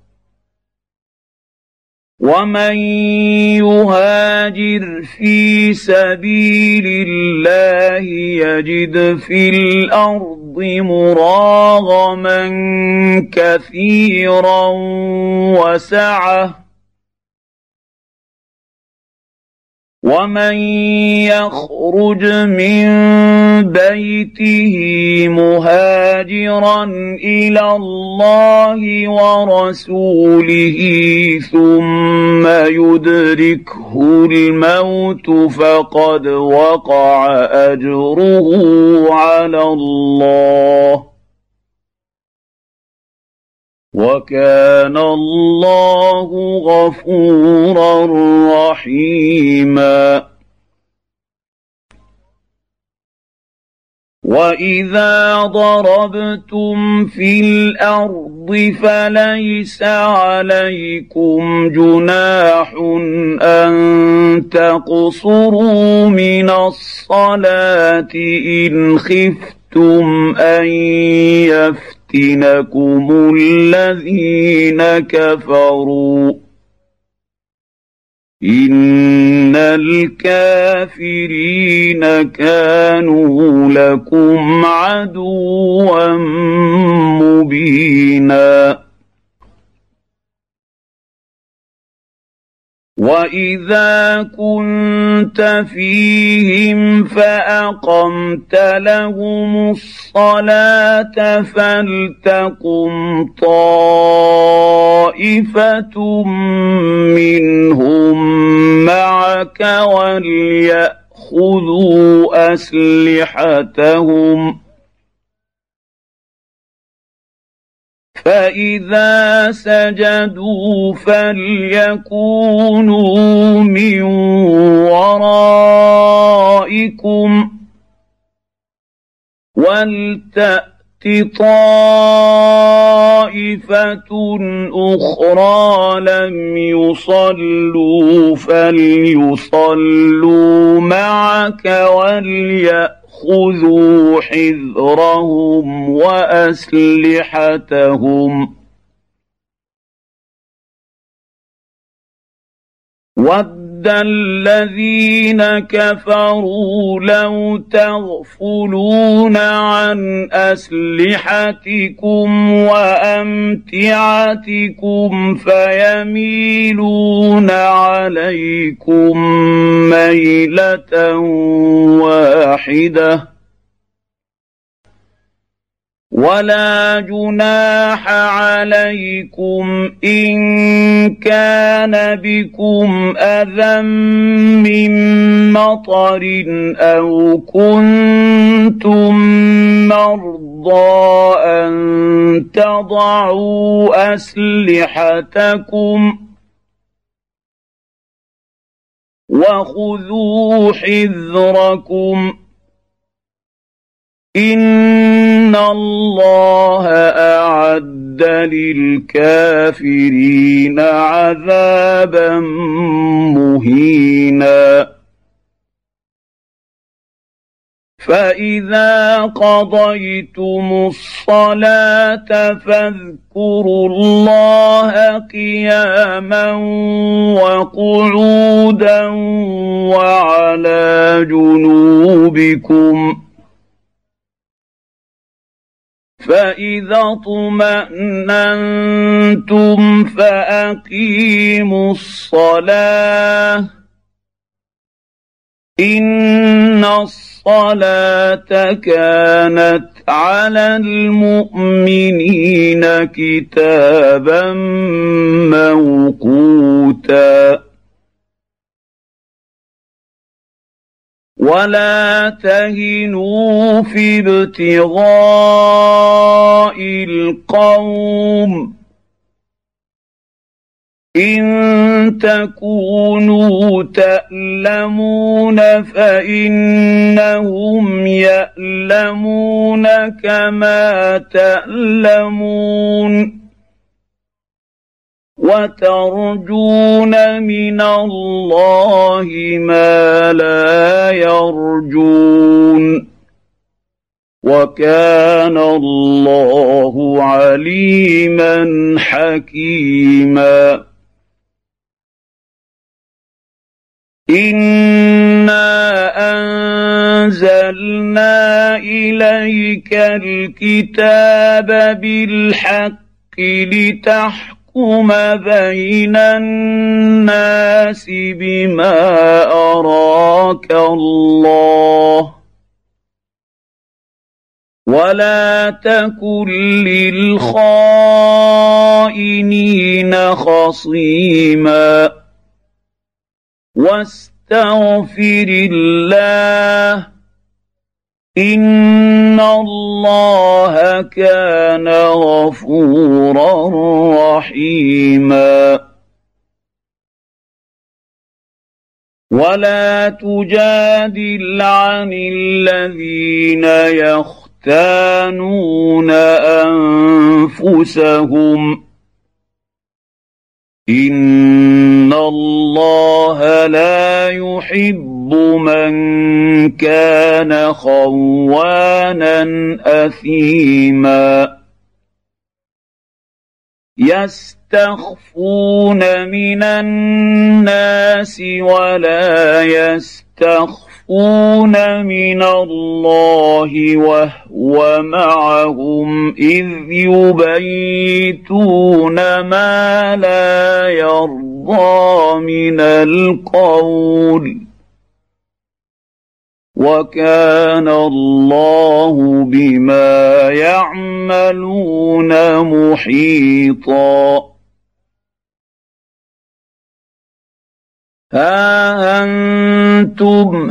ومن يهاجر في سبيل الله يجد في الأرض مراغما كثيرا وسعة ومن يخرج من بيته مهاجرا إلى الله ورسوله ثم يدركه الموت فقد وقع أجره على الله وكان الله غفورا رحيما وإذا ضربتم في الأرض فليس عليكم جناح أن تقصروا من الصلاة إن خفتم أن يفتنكم الذين كفروا إن الكافرين كانوا لكم عدوا مبينا وإذا كنت فيهم فأقمت لهم الصلاة فلتقم طائفة منهم معك وليأخذوا أسلحتهم فإذا سجدوا فليكونوا من ورائكم ولتأت طائفة أخرى لم يصلوا فليصلوا معك وليأخذوا خذوا حذرهم وأسلحتهم ود الذين كفروا لو تغفلون عن أسلحتكم وأمتعتكم فيميلون عليكم ميلة واحدة ولا جناح عليكم إن كان بكم أذى من مطر أو كنتم مرضى أن تضعوا أسلحتكم وخذوا حذركم إن الله أعد للكافرين عذابا مهينا فإذا قضيتم الصلاة فاذكروا الله قياما وقعودا وعلى جنوبكم فإذا اطمأننتم فأقيموا الصلاة إن الصلاة كانت على المؤمنين كتابا موقوتا ولا تهنوا في ابتغاء القوم إن تكونوا تألمون فإنهم يألمون كما تألمون وترجون من الله ما لا يرجون وكان الله عليما حكيما إنا أنزلنا إليك الكتاب بالحق لتحكم بين الناس بما أراك الله ولا تكن للخائنين خصيما واستغفر الله إن الله كان غفورا رحيما ولا تجادل عن الذين يختانون أنفسهم إن الله لا يحب من كان خوانا أثيما يستخفون من الناس ولا يستخفون من الله وهو معهم إذ يبيتون ما لا يرضى يرضى من القول وكان الله بما يعملون محيطا ها أنتم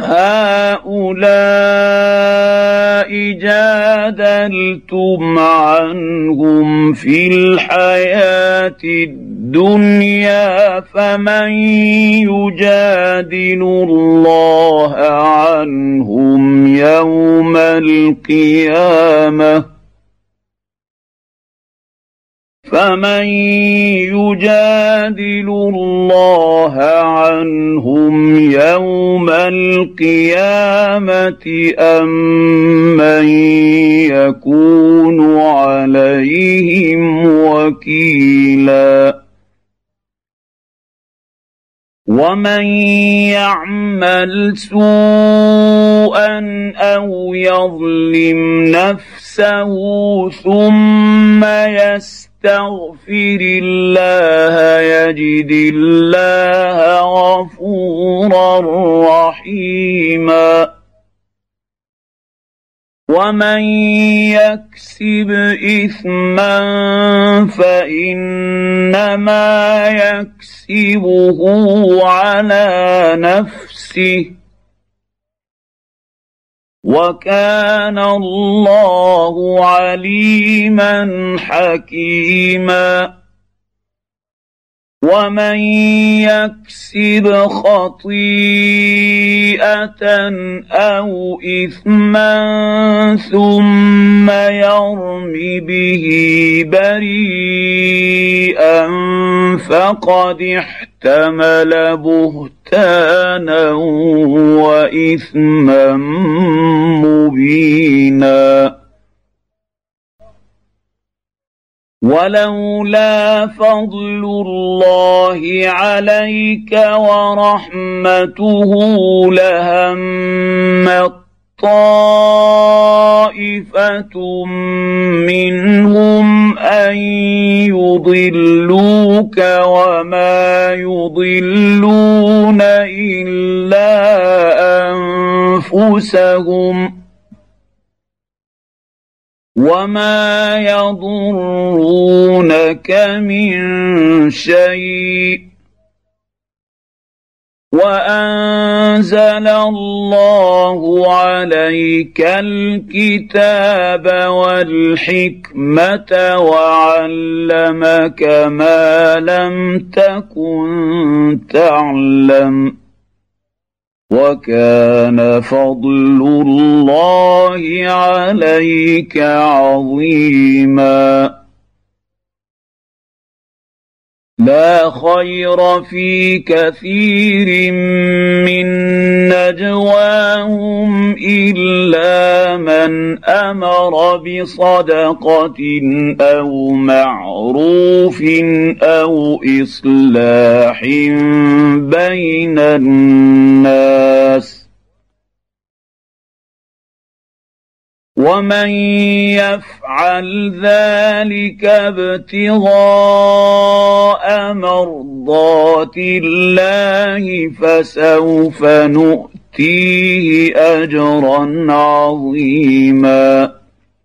هؤلاء جادلتم عنهم في الحياة الدنيا فمن يجادل الله عنهم يوم القيامة فمن يجادل الله عنهم يوم القيامة أم من يكون عليهم وكيلا ومن يعمل سوءا أو يظلم نفسه ثم يستغفر استغفر الله يجد الله غفورا رحيما ومن يكسب إثما فإنما يكسبه على نفسه وكان الله عليما حكيما ومن يكسب خطيئة أو إثما ثم يرم به بريئا فقد احتمل بهتانا وإثما مبينا ولولا فضل الله عليك ورحمته لهمت طائفة منهم أن يضلوك وما يضلون إلا أنفسهم وما يضرونك من شيء وأنزل الله عليك الكتاب والحكمة وعلمك ما لم تكن تعلم وكان فضل الله عليك عظيما لا خير في كثير من نجواهم إلا من أمر بصدقة أو معروف أو إصلاح بين الناس ومن يفعل ذلك ابتغاء مرضات الله فسوف نؤتيه أجرا عظيما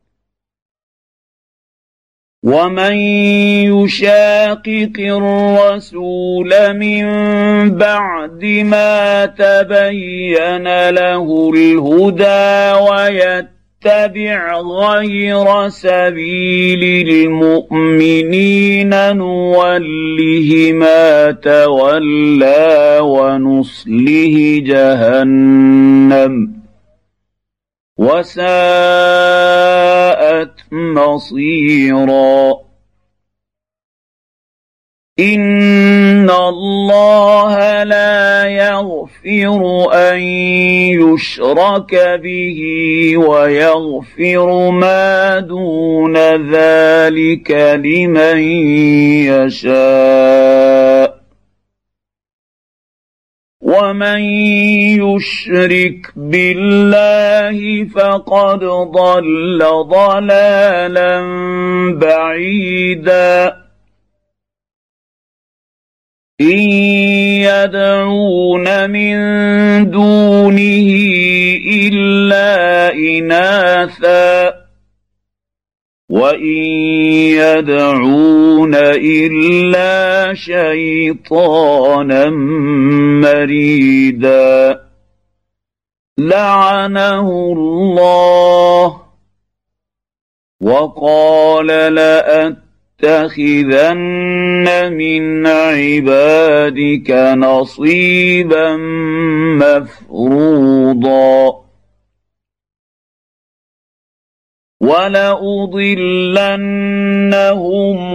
ومن يشاقق الرسول من بعد ما تبين له الهدى ويتبع اتبع غير سبيل المؤمنين نوله ما تولى ونصله جهنم وساءت مصيرا إن الله لا يغفر أن يشرك به ويغفر ما دون ذلك لمن يشاء ومن يشرك بالله فقد ضل ضلالا بعيدا إن يدعون من دونه إلا إناثا وإن يدعون إلا شيطانا مريدا لعنه الله وقال لأتخذن من عبادك نصيبا مفروضا ولأضلنهم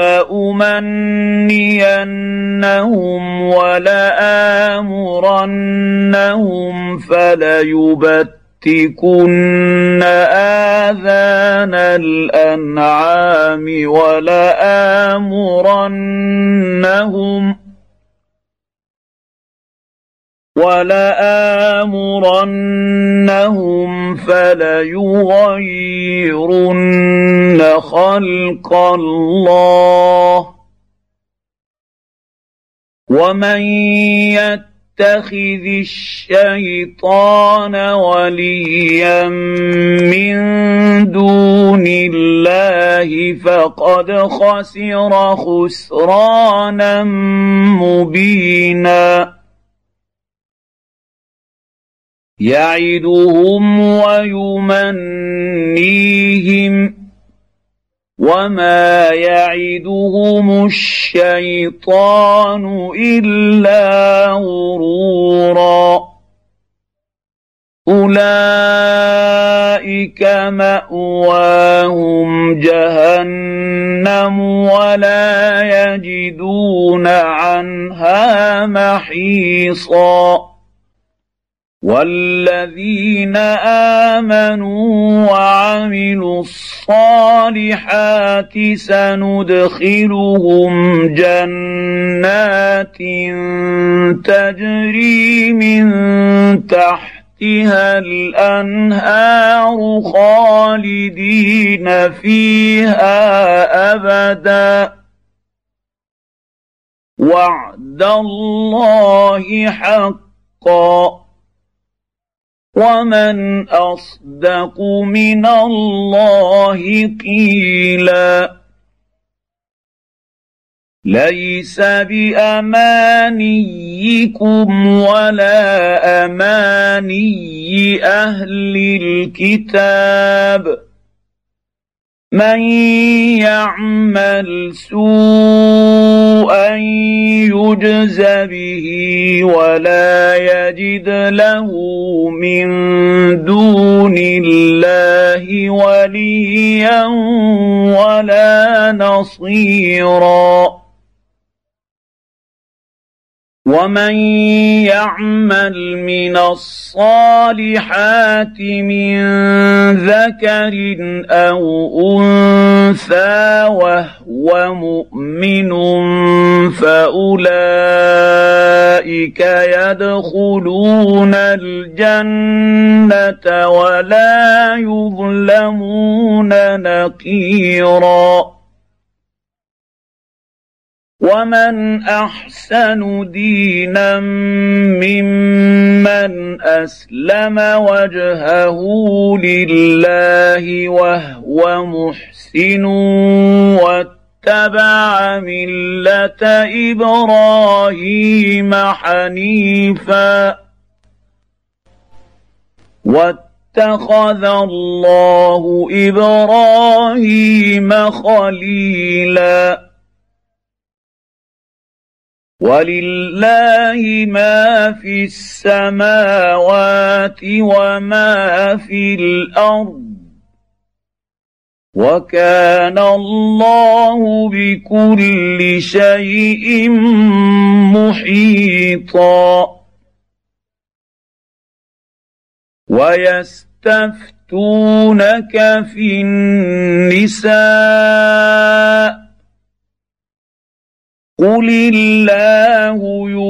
ولأمنينهم ولآمرنهم فليبتكن آذان الأنعام ولآمرنهم ولآمرنهم فليغيرن خلق الله ومن يتخذ الشيطان وليا من دون الله فقد خسر خسرانا مبينا يعدهم ويمنيهم وما يعدهم الشيطان إلا غرورا أولئك مأواهم جهنم ولا يجدون عنها محيصا والذين آمنوا وعملوا الصالحات سندخلهم جنات تجري من تحتها الأنهار خالدين فيها أبدا وعد الله حقا ومن أصدق من الله قيلا ليس بأمانيكم ولا أماني أهل الكتاب من يعمل سوءا يجز به ولا يجد له من دون الله وليا ولا نصيرا ومن يعمل من الصالحات من ذكر أو أنثى وهو مؤمن فأولئك يدخلون الجنة ولا يظلمون نقيرا ومن أحسن دينا ممن أسلم وجهه لله وهو محسن واتبع ملة إبراهيم حنيفا واتخذ الله إبراهيم خليلا ولله ما في السماوات وما في الأرض وكان الله بكل شيء محيطا ويستفتونك في النساء قل الله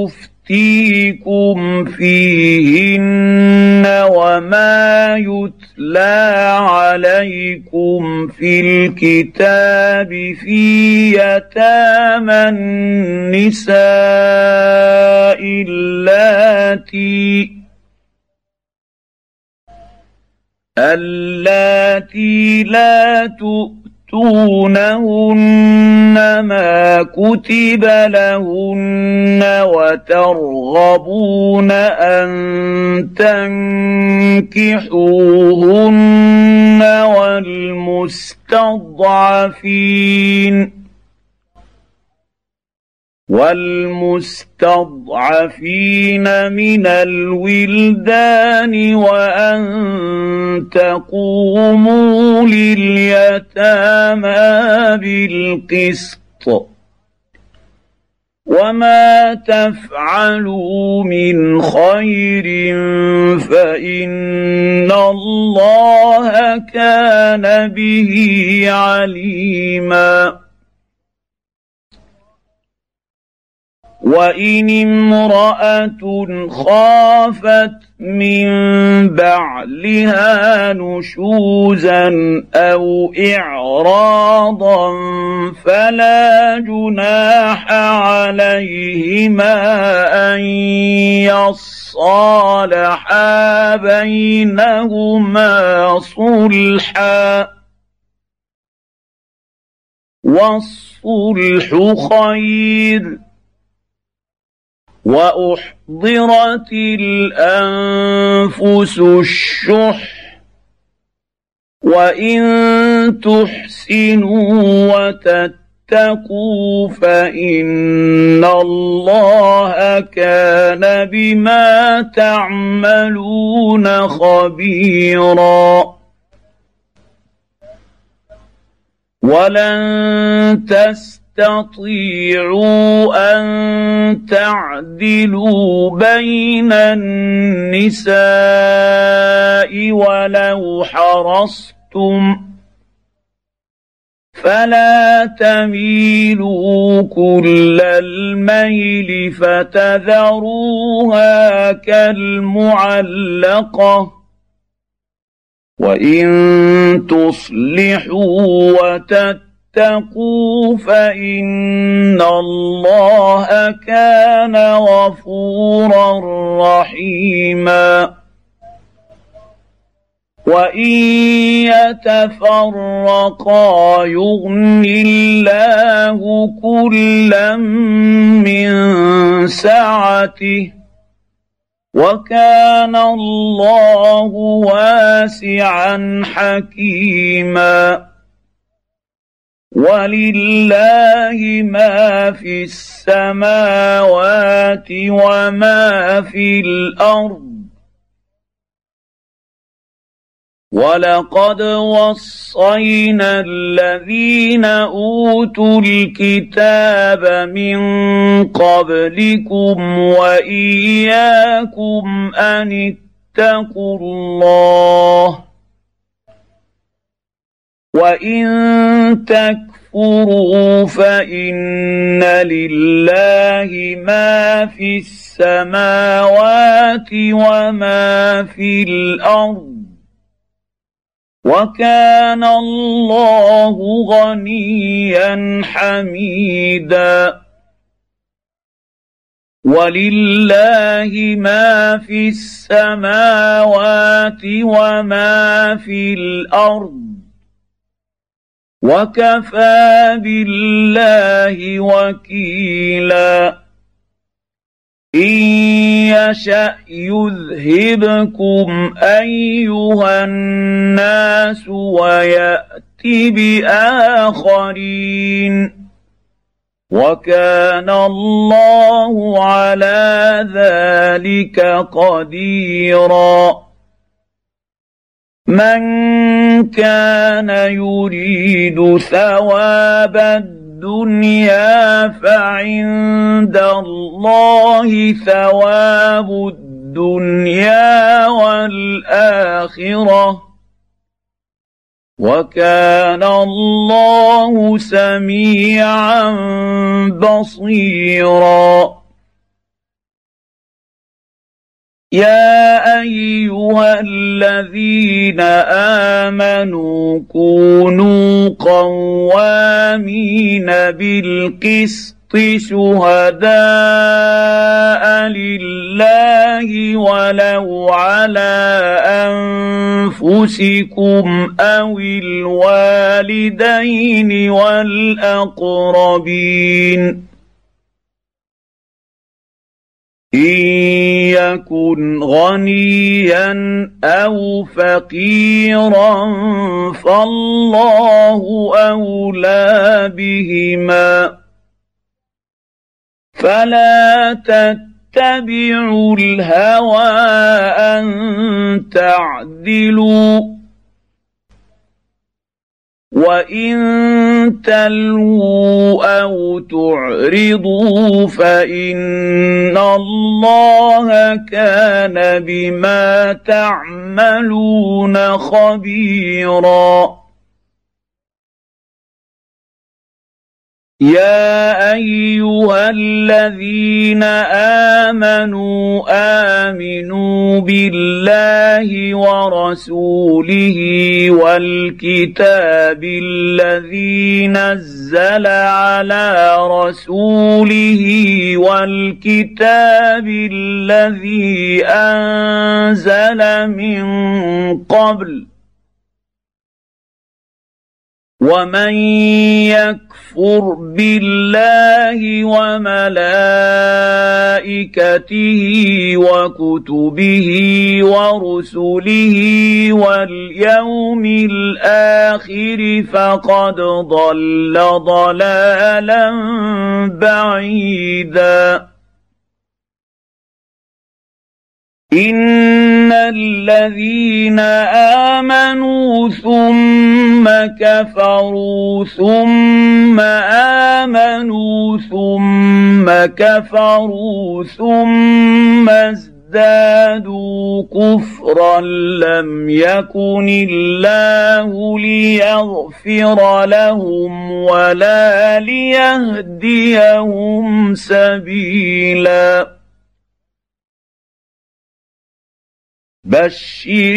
يفتيكم فيهن وما يتلى يتلى عليكم في الكتاب في يتامى النساء اللاتي اللاتي لا تؤتونهن ما كتب لهن وترغبون أن تنكحوهن والمستضعفين والمستضعفين من الولدان وأن تقوموا لليتامى بالقسط وما تفعلوا من خير فإن الله كان به عليما وإن امرأة خافت من بعلها نشوزا أو إعراضا فلا جناح عليهما أن يصالحا بينهما صلحا والصلح خير وأحضرت الأنفس الشح وإن تحسنوا وتتقوا فإن الله كان بما تعملون خبيرا ولن تستطيعوا تستطيعوا أن تعدلوا بين النساء ولو حرصتم فلا تميلوا كل الميل فتذروها كالمعلقة وإن تصلحوا وتتقوا اتقوا فإن الله كان غفورا رحيما وإن يتفرقا يغن الله كلا من سعته وكان الله واسعا حكيما ولله ما في السماوات وما في الأرض ولقد وصينا الذين أوتوا الكتاب من قبلكم وإياكم أن اتقوا الله وإن تكفروا فإن لله ما في السماوات وما في الأرض وكان الله غنيا حميدا ولله ما في السماوات وما في الأرض وكفى بالله وكيلا إن يشأ يذهبكم أيها الناس ويأت بآخرين وكان الله على ذلك قديرا من كان يريد ثواب الدنيا فعند الله ثواب الدنيا والآخرة وكان الله سميعا بصيرا يا أيها الذين آمنوا كونوا قوامين بالقسط شهداء لله ولو على أنفسكم أو الوالدين والأقربين إن يكن غنيا أو فقيرا فالله أولى بهما فلا تتبعوا الهوى أن تعدلوا وإن تلووا أو تعرضوا فإن الله كان بما تعملون خبيرا يا أيها الذين آمنوا آمنوا بالله ورسوله والكتاب الذي نزل على رسوله والكتاب الذي أنزل من قبل ومن يكفر بالله وملائكته وكتبه ورسله واليوم الآخر فقد ضل ضلالا بعيدا إن الذين آمنوا ثم كفروا ثم آمنوا ثم كفروا ثم ازدادوا كفرا لم يكن الله ليغفر لهم ولا ليهديهم سبيلا بشر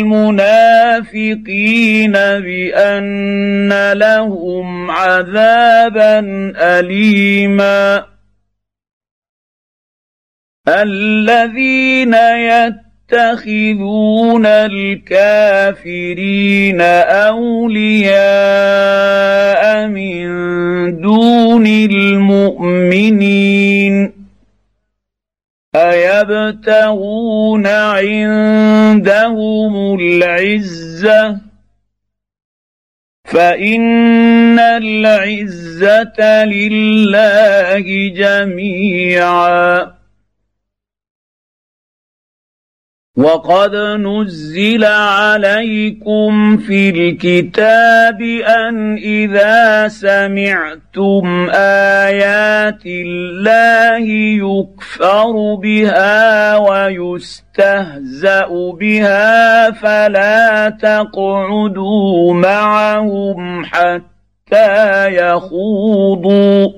المنافقين بأن لهم عذابا أليما الذين يتخذون الكافرين أولياء من دون المؤمنين أيبتغون عندهم العزة فإن العزة لله جميعا وقد نزل عليكم في الكتاب أن إذا سمعتم آيات الله يكفر بها ويستهزأ بها فلا تقعدوا معهم حتى يخوضوا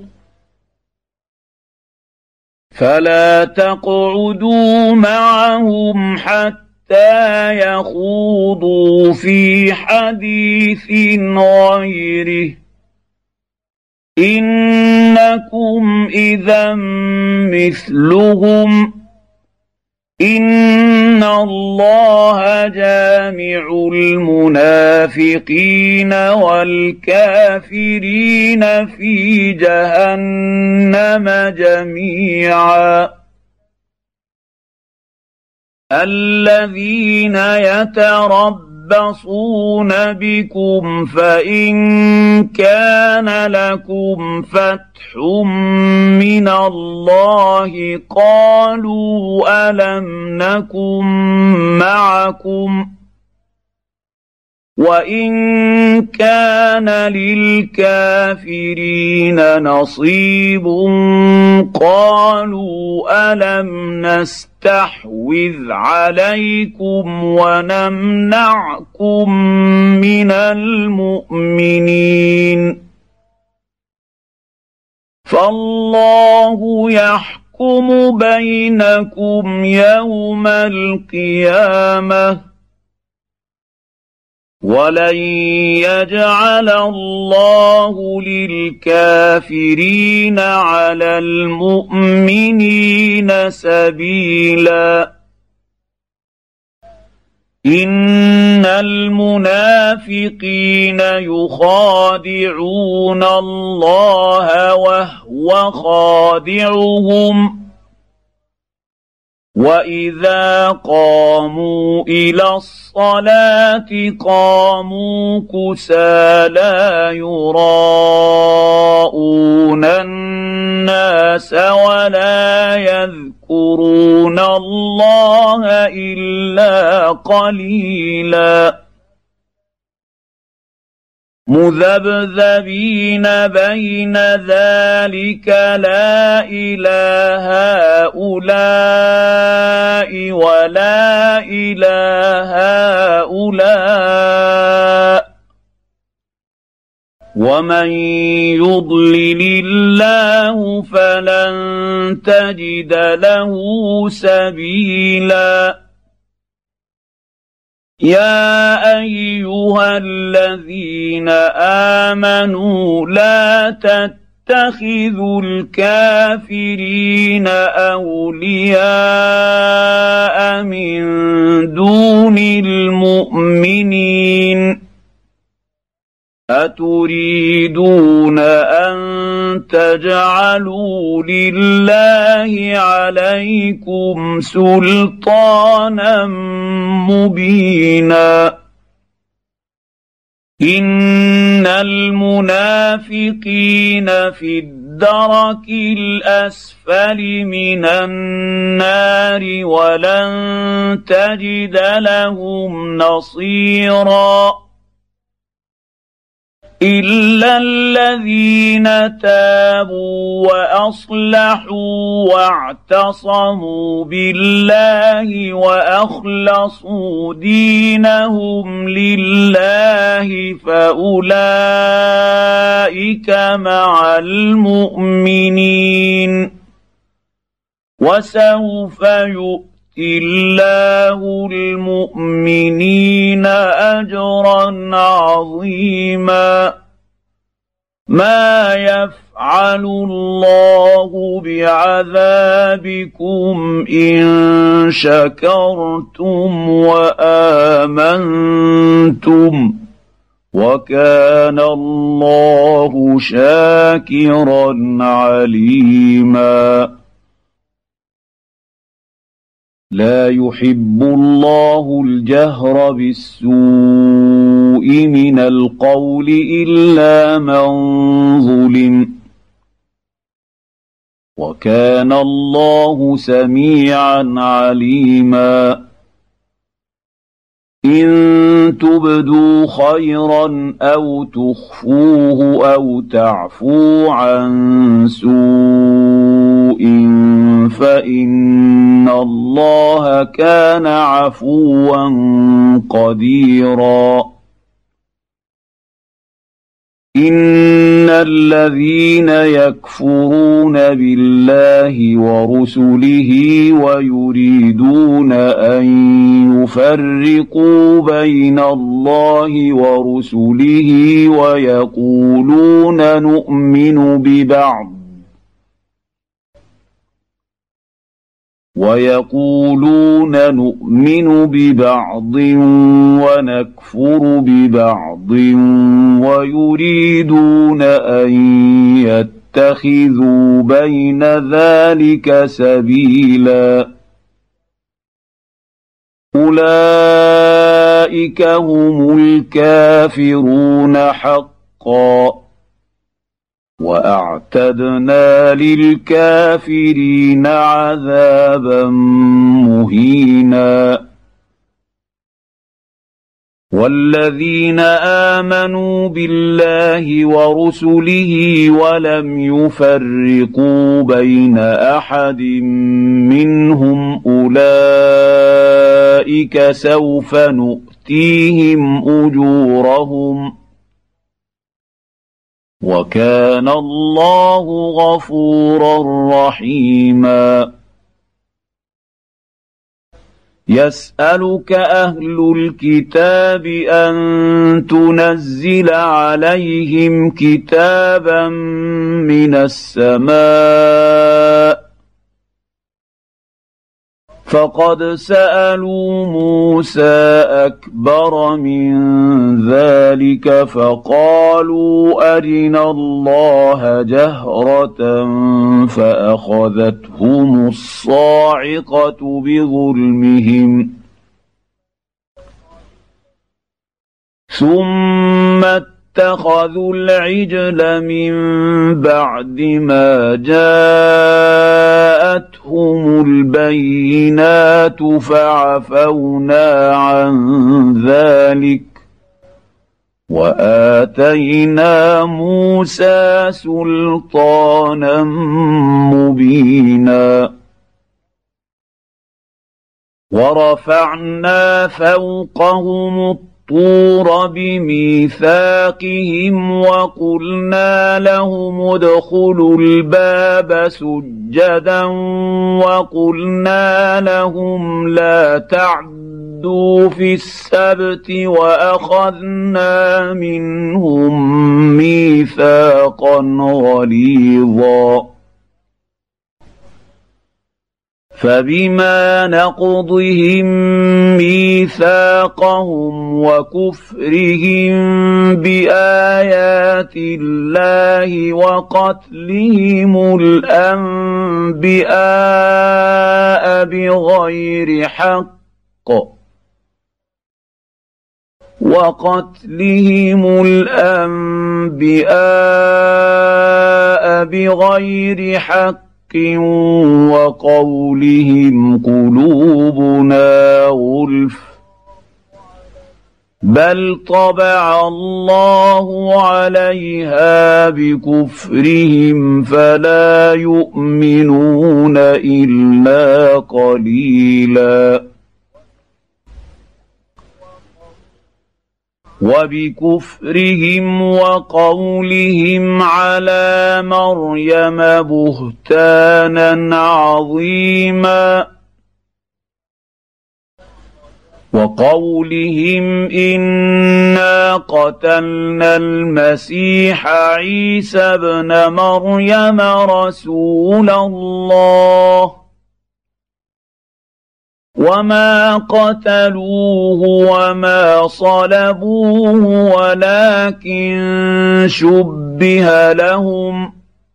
فلا تقعدوا معهم حتى يخوضوا في حديث غيره إنكم إذا مثلهم إن الله جامع المنافقين والكافرين في جهنم جميعا الذين يتربصون بكم فإن كان لكم فتح من الله قالوا ألم نكن معكم وإن كان للكافرين نصيب قالوا ألم نستحوذ عليكم ونمنعكم من المؤمنين فالله يحكم يحكم بينكم يوم القيامة ولن يجعل الله للكافرين على المؤمنين سبيلا إن المنافقين يخادعون الله وهو خادعهم وإذا قاموا إلى الصلاة قاموا كسالى يراءون الناس ولا يذكرون الله إلا قليلا مذبذبين بين ذلك لا إلى هؤلاء ولا إلى هؤلاء ومن يضلل الله فلن تجد له سبيلا يا أيها الذين آمنوا لا تتخذوا الكافرين أولياء من دون المؤمنين أتريدون أن تجعلوا لله عليكم سلطانا مبينا إن المنافقين في الدرك الأسفل من النار ولن تجد لهم نصيرا إلا الذين تابوا وأصلحوا واعتصموا بالله وأخلصوا دينهم لله فأولئك مع المؤمنين وسوف يؤمنون الله المؤمنين أجرا عظيما ما يفعل الله بعذابكم إن شكرتم وآمنتم وكان الله شاكرا عليما لا يحب الله الجهر بالسوء من القول إلا من ظلم وكان الله سميعا عليما إن تبدوا خيرا أو تخفوه أو تعفوا عن سوء فإن الله كان عفوا قديرا إن الذين يكفرون بالله ورسله ويريدون أن يفرقوا بين الله ورسله ويقولون نؤمن ببعض ويقولون نؤمن ببعض ونكفر ببعض ويريدون أن يتخذوا بين ذلك سبيلا أولئك هم الكافرون حقا وأعتدنا للكافرين عذابا مهينا والذين آمنوا بالله ورسله ولم يفرقوا بين أحد منهم أولئك سوف نؤتيهم أجورهم وكان الله غفورا رحيما. يسألك أهل الكتاب أن تنزل عليهم كتابا من السماء فقد سألوا موسى أكبر من ذلك فقالوا أرنا الله جهرة فأخذتهم الصاعقة بظلمهم ثم اتخذوا العجل من بعد ما جاءتهم البينات فعفونا عن ذلك وآتينا موسى سلطانا مبينا. ورفعنا فوقهم الطور بميثاقهم وقلنا لهم ادخلوا الباب سجدا وقلنا لهم لا تعدوا في السبت وأخذنا منهم ميثاقا غليظا. فبما نقضهم ميثاقهم وكفرهم بآيات الله وقتلهم الأنبياء بغير حق وقتلهم الأنبياء بغير حق وقولهم قلوبنا غلف بل طبع الله عليها بكفرهم فلا يؤمنون إلا قليلا. وبكفرهم وقولهم على مريم بهتانا عظيما وقولهم إنا قتلنا المسيح عيسى ابن مريم رسول الله وما قتلوه وما صلبوه ولكن شبه لهم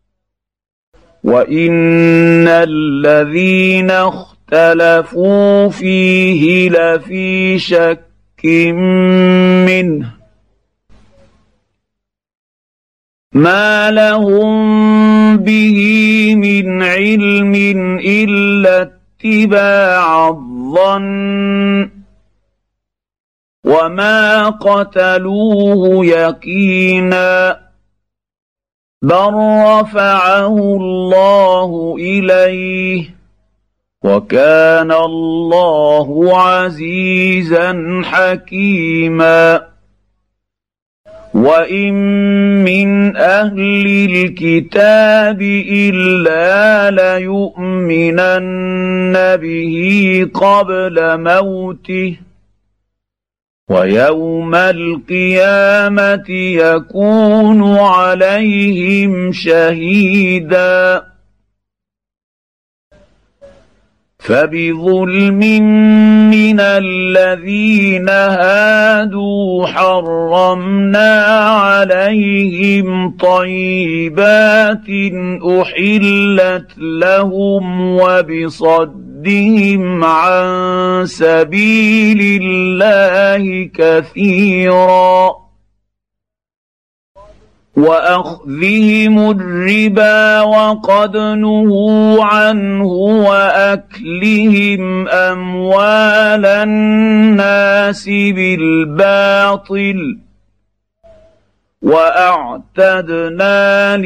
وإن الذين اختلفوا فيه لفي شك منه ما لهم به من علم إلا اتباع الظن وما قتلوه يقينا بل رفعه الله إليه وكان الله عزيزا حكيما. وإن من أهل الكتاب إلا ليؤمنن به قبل موته ويوم القيامة يكون عليهم شهيدا. فبظلم من الذين هادوا حرمنا عليهم طيبات أحلت لهم وبصدهم عن سبيل الله كثيرا وأخذهم الربا وقد نهوا عنه وأكلهم أموال الناس بالباطل وأعتدنا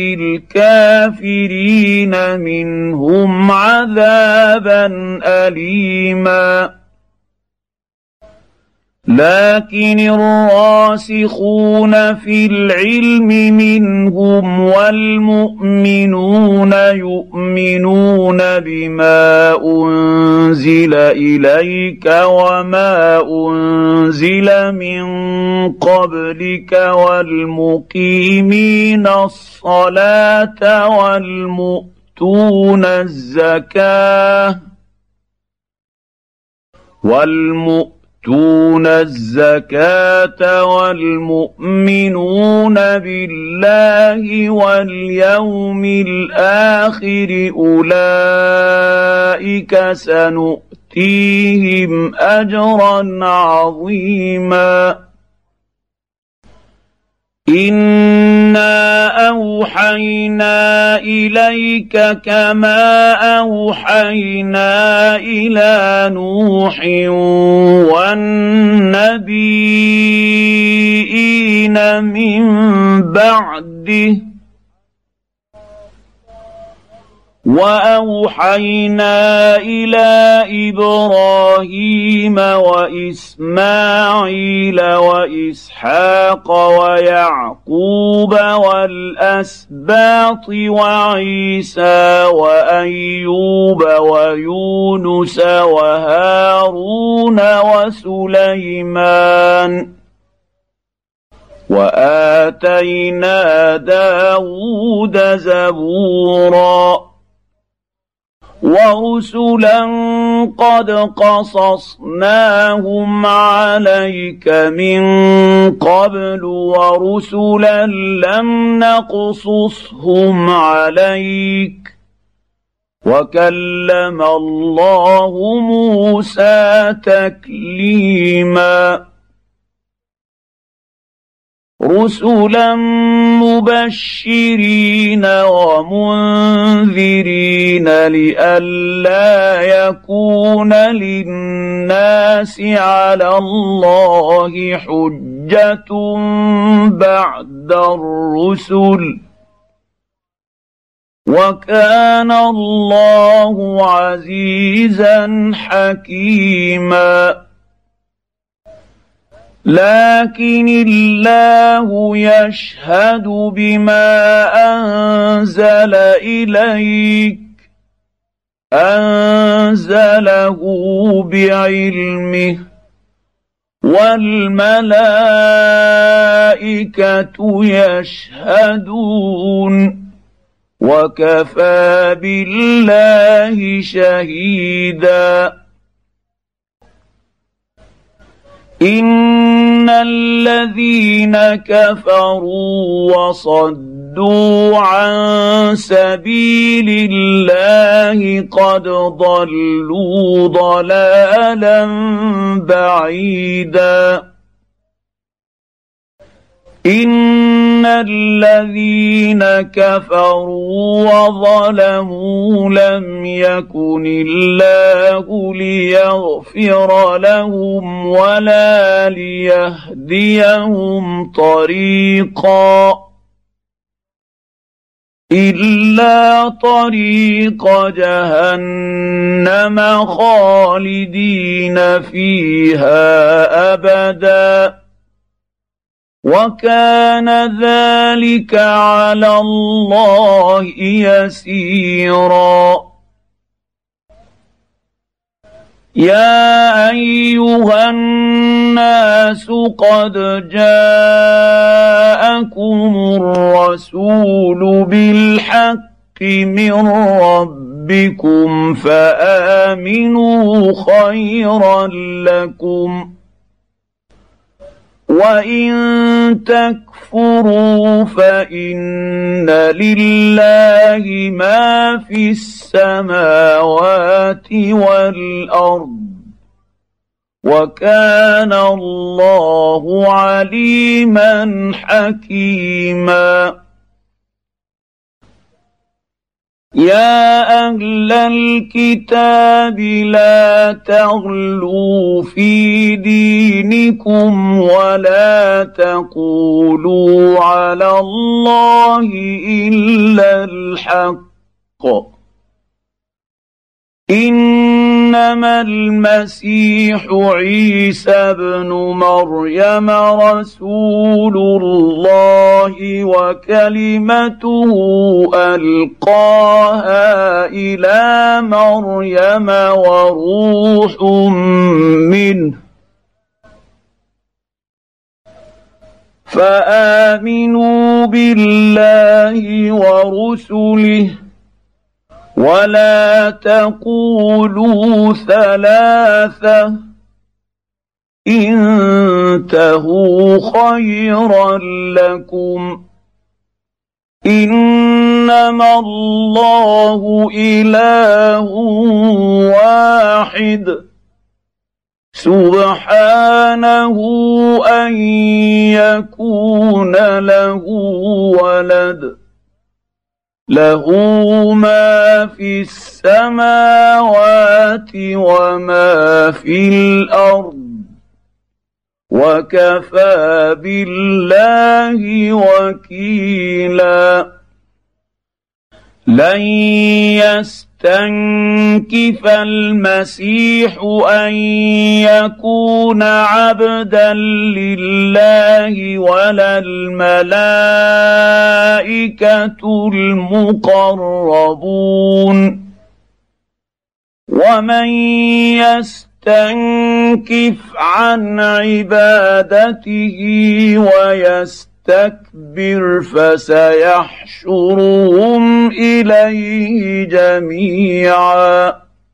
للكافرين منهم عذابا أليما. لكن الراسخون في العلم منهم والمؤمنون يؤمنون بما أنزل إليك وما أنزل من قبلك والمقيمين الصلاة والمؤتون الزكاة والمؤتون يؤتون الزكاة والمؤمنون بالله واليوم الآخر أولئك سنؤتيهم أجرا عظيما. إنا أوحينا إليك كما أوحينا إلى نوح والنبيين من بعده وأوحينا إلى إبراهيم وإسماعيل وإسحاق ويعقوب والأسباط وعيسى وأيوب ويونس وهارون وسليمان وآتينا داود زبورا ورسلا قد قصصناهم عليك من قبل ورسلا لم نقصصهم عليك وكلم الله موسى تكليما. رسلا مبشرين ومنذرين لئلا يكون للناس على الله حجة بعد الرسل وكان الله عزيزا حكيما. لكن الله يشهد بما أنزل إليك أنزله بعلمه والملائكة يشهدون وكفى بالله شهيدا. إن الذين كفروا وصدوا عن سبيل الله قد ضلوا ضلالا بعيدا. إن الذين كفروا وظلموا لم يكن الله ليغفر لهم ولا ليهديهم طريقا إلا طريق جهنم خالدين فيها أبدا وكان ذلك على الله يسيرا. يا أيها الناس قد جاءكم الرسول بالحق من ربكم فآمنوا خيرا لكم وإن تكفروا فإن لله ما في السماوات والأرض وكان الله عليما حكيما. يا أهل الكتاب لا تغلوا في دينكم ولا تقولوا على الله إلا الحق إنما المسيح عيسى ابن مريم رسول الله وكلمته ألقاها إلى مريم وروح منه فآمنوا بالله ورسله ولا تقولوا ثلاثة انتهوا خيرا لكم إنما الله إله واحد سبحانه أن يكون له ولد له ما في السماوات وما في الأرض وكفى بالله وكيلا لن يستنكف المسيح أن يكون عبدا لله ولا الملائكة المقربون ومن يستنكف عن عبادته ويستكبر فسيحشرهم إليه جميعا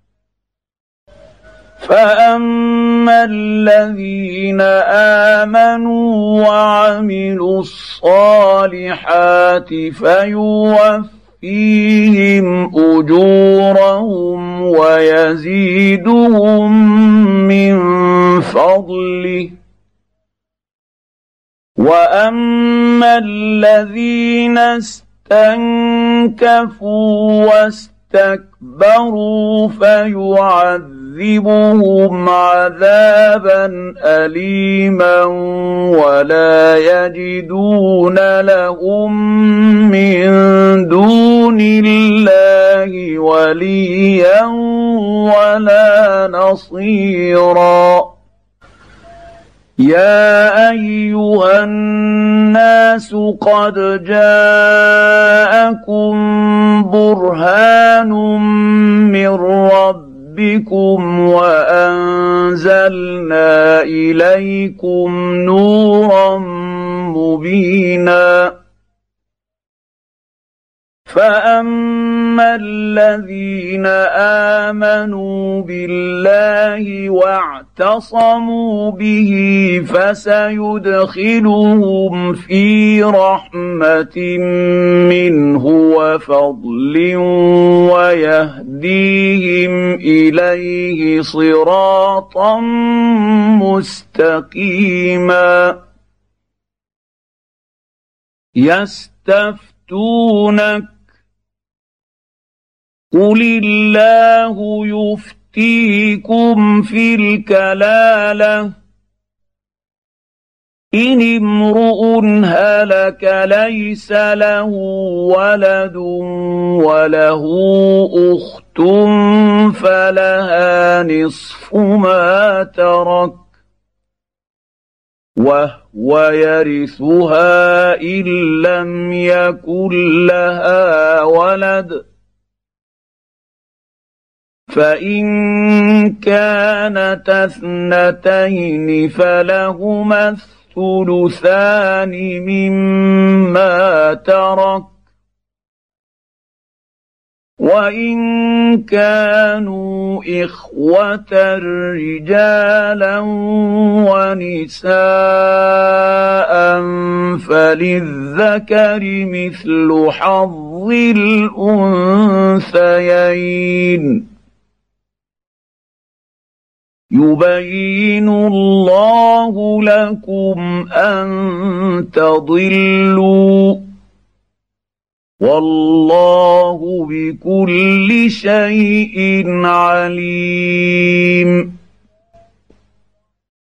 فأما الذين آمنوا وعملوا الصالحات فيوفيهم أجورهم ويزيدهم من فضله وأما الذين استنكفوا واستكبروا فيعذبهم عذابا أليما ولا يجدون لهم من دون الله وليا ولا نصيرا يا أيها الناس قد جاءكم برهان من ربكم وأنزلنا إليكم نورا مبينا فأما الذين آمنوا بالله واعتصموا به فسيدخلهم في رحمة منه وفضل ويهديهم إليه صراطا مستقيما يستفتونك قل الله يفتيكم في الكلالة إن امرؤ هلك ليس له ولد وله أخت فلها نصف ما ترك وهو يرثها إن لم يكن لها ولد فإن كانت اثنتين فلهما الثلثان مما ترك وإن كانوا إخوة رجالا ونساء فللذكر مثل حظ الأنثيين يبين الله لكم أن تضلوا والله بكل شيء عليم.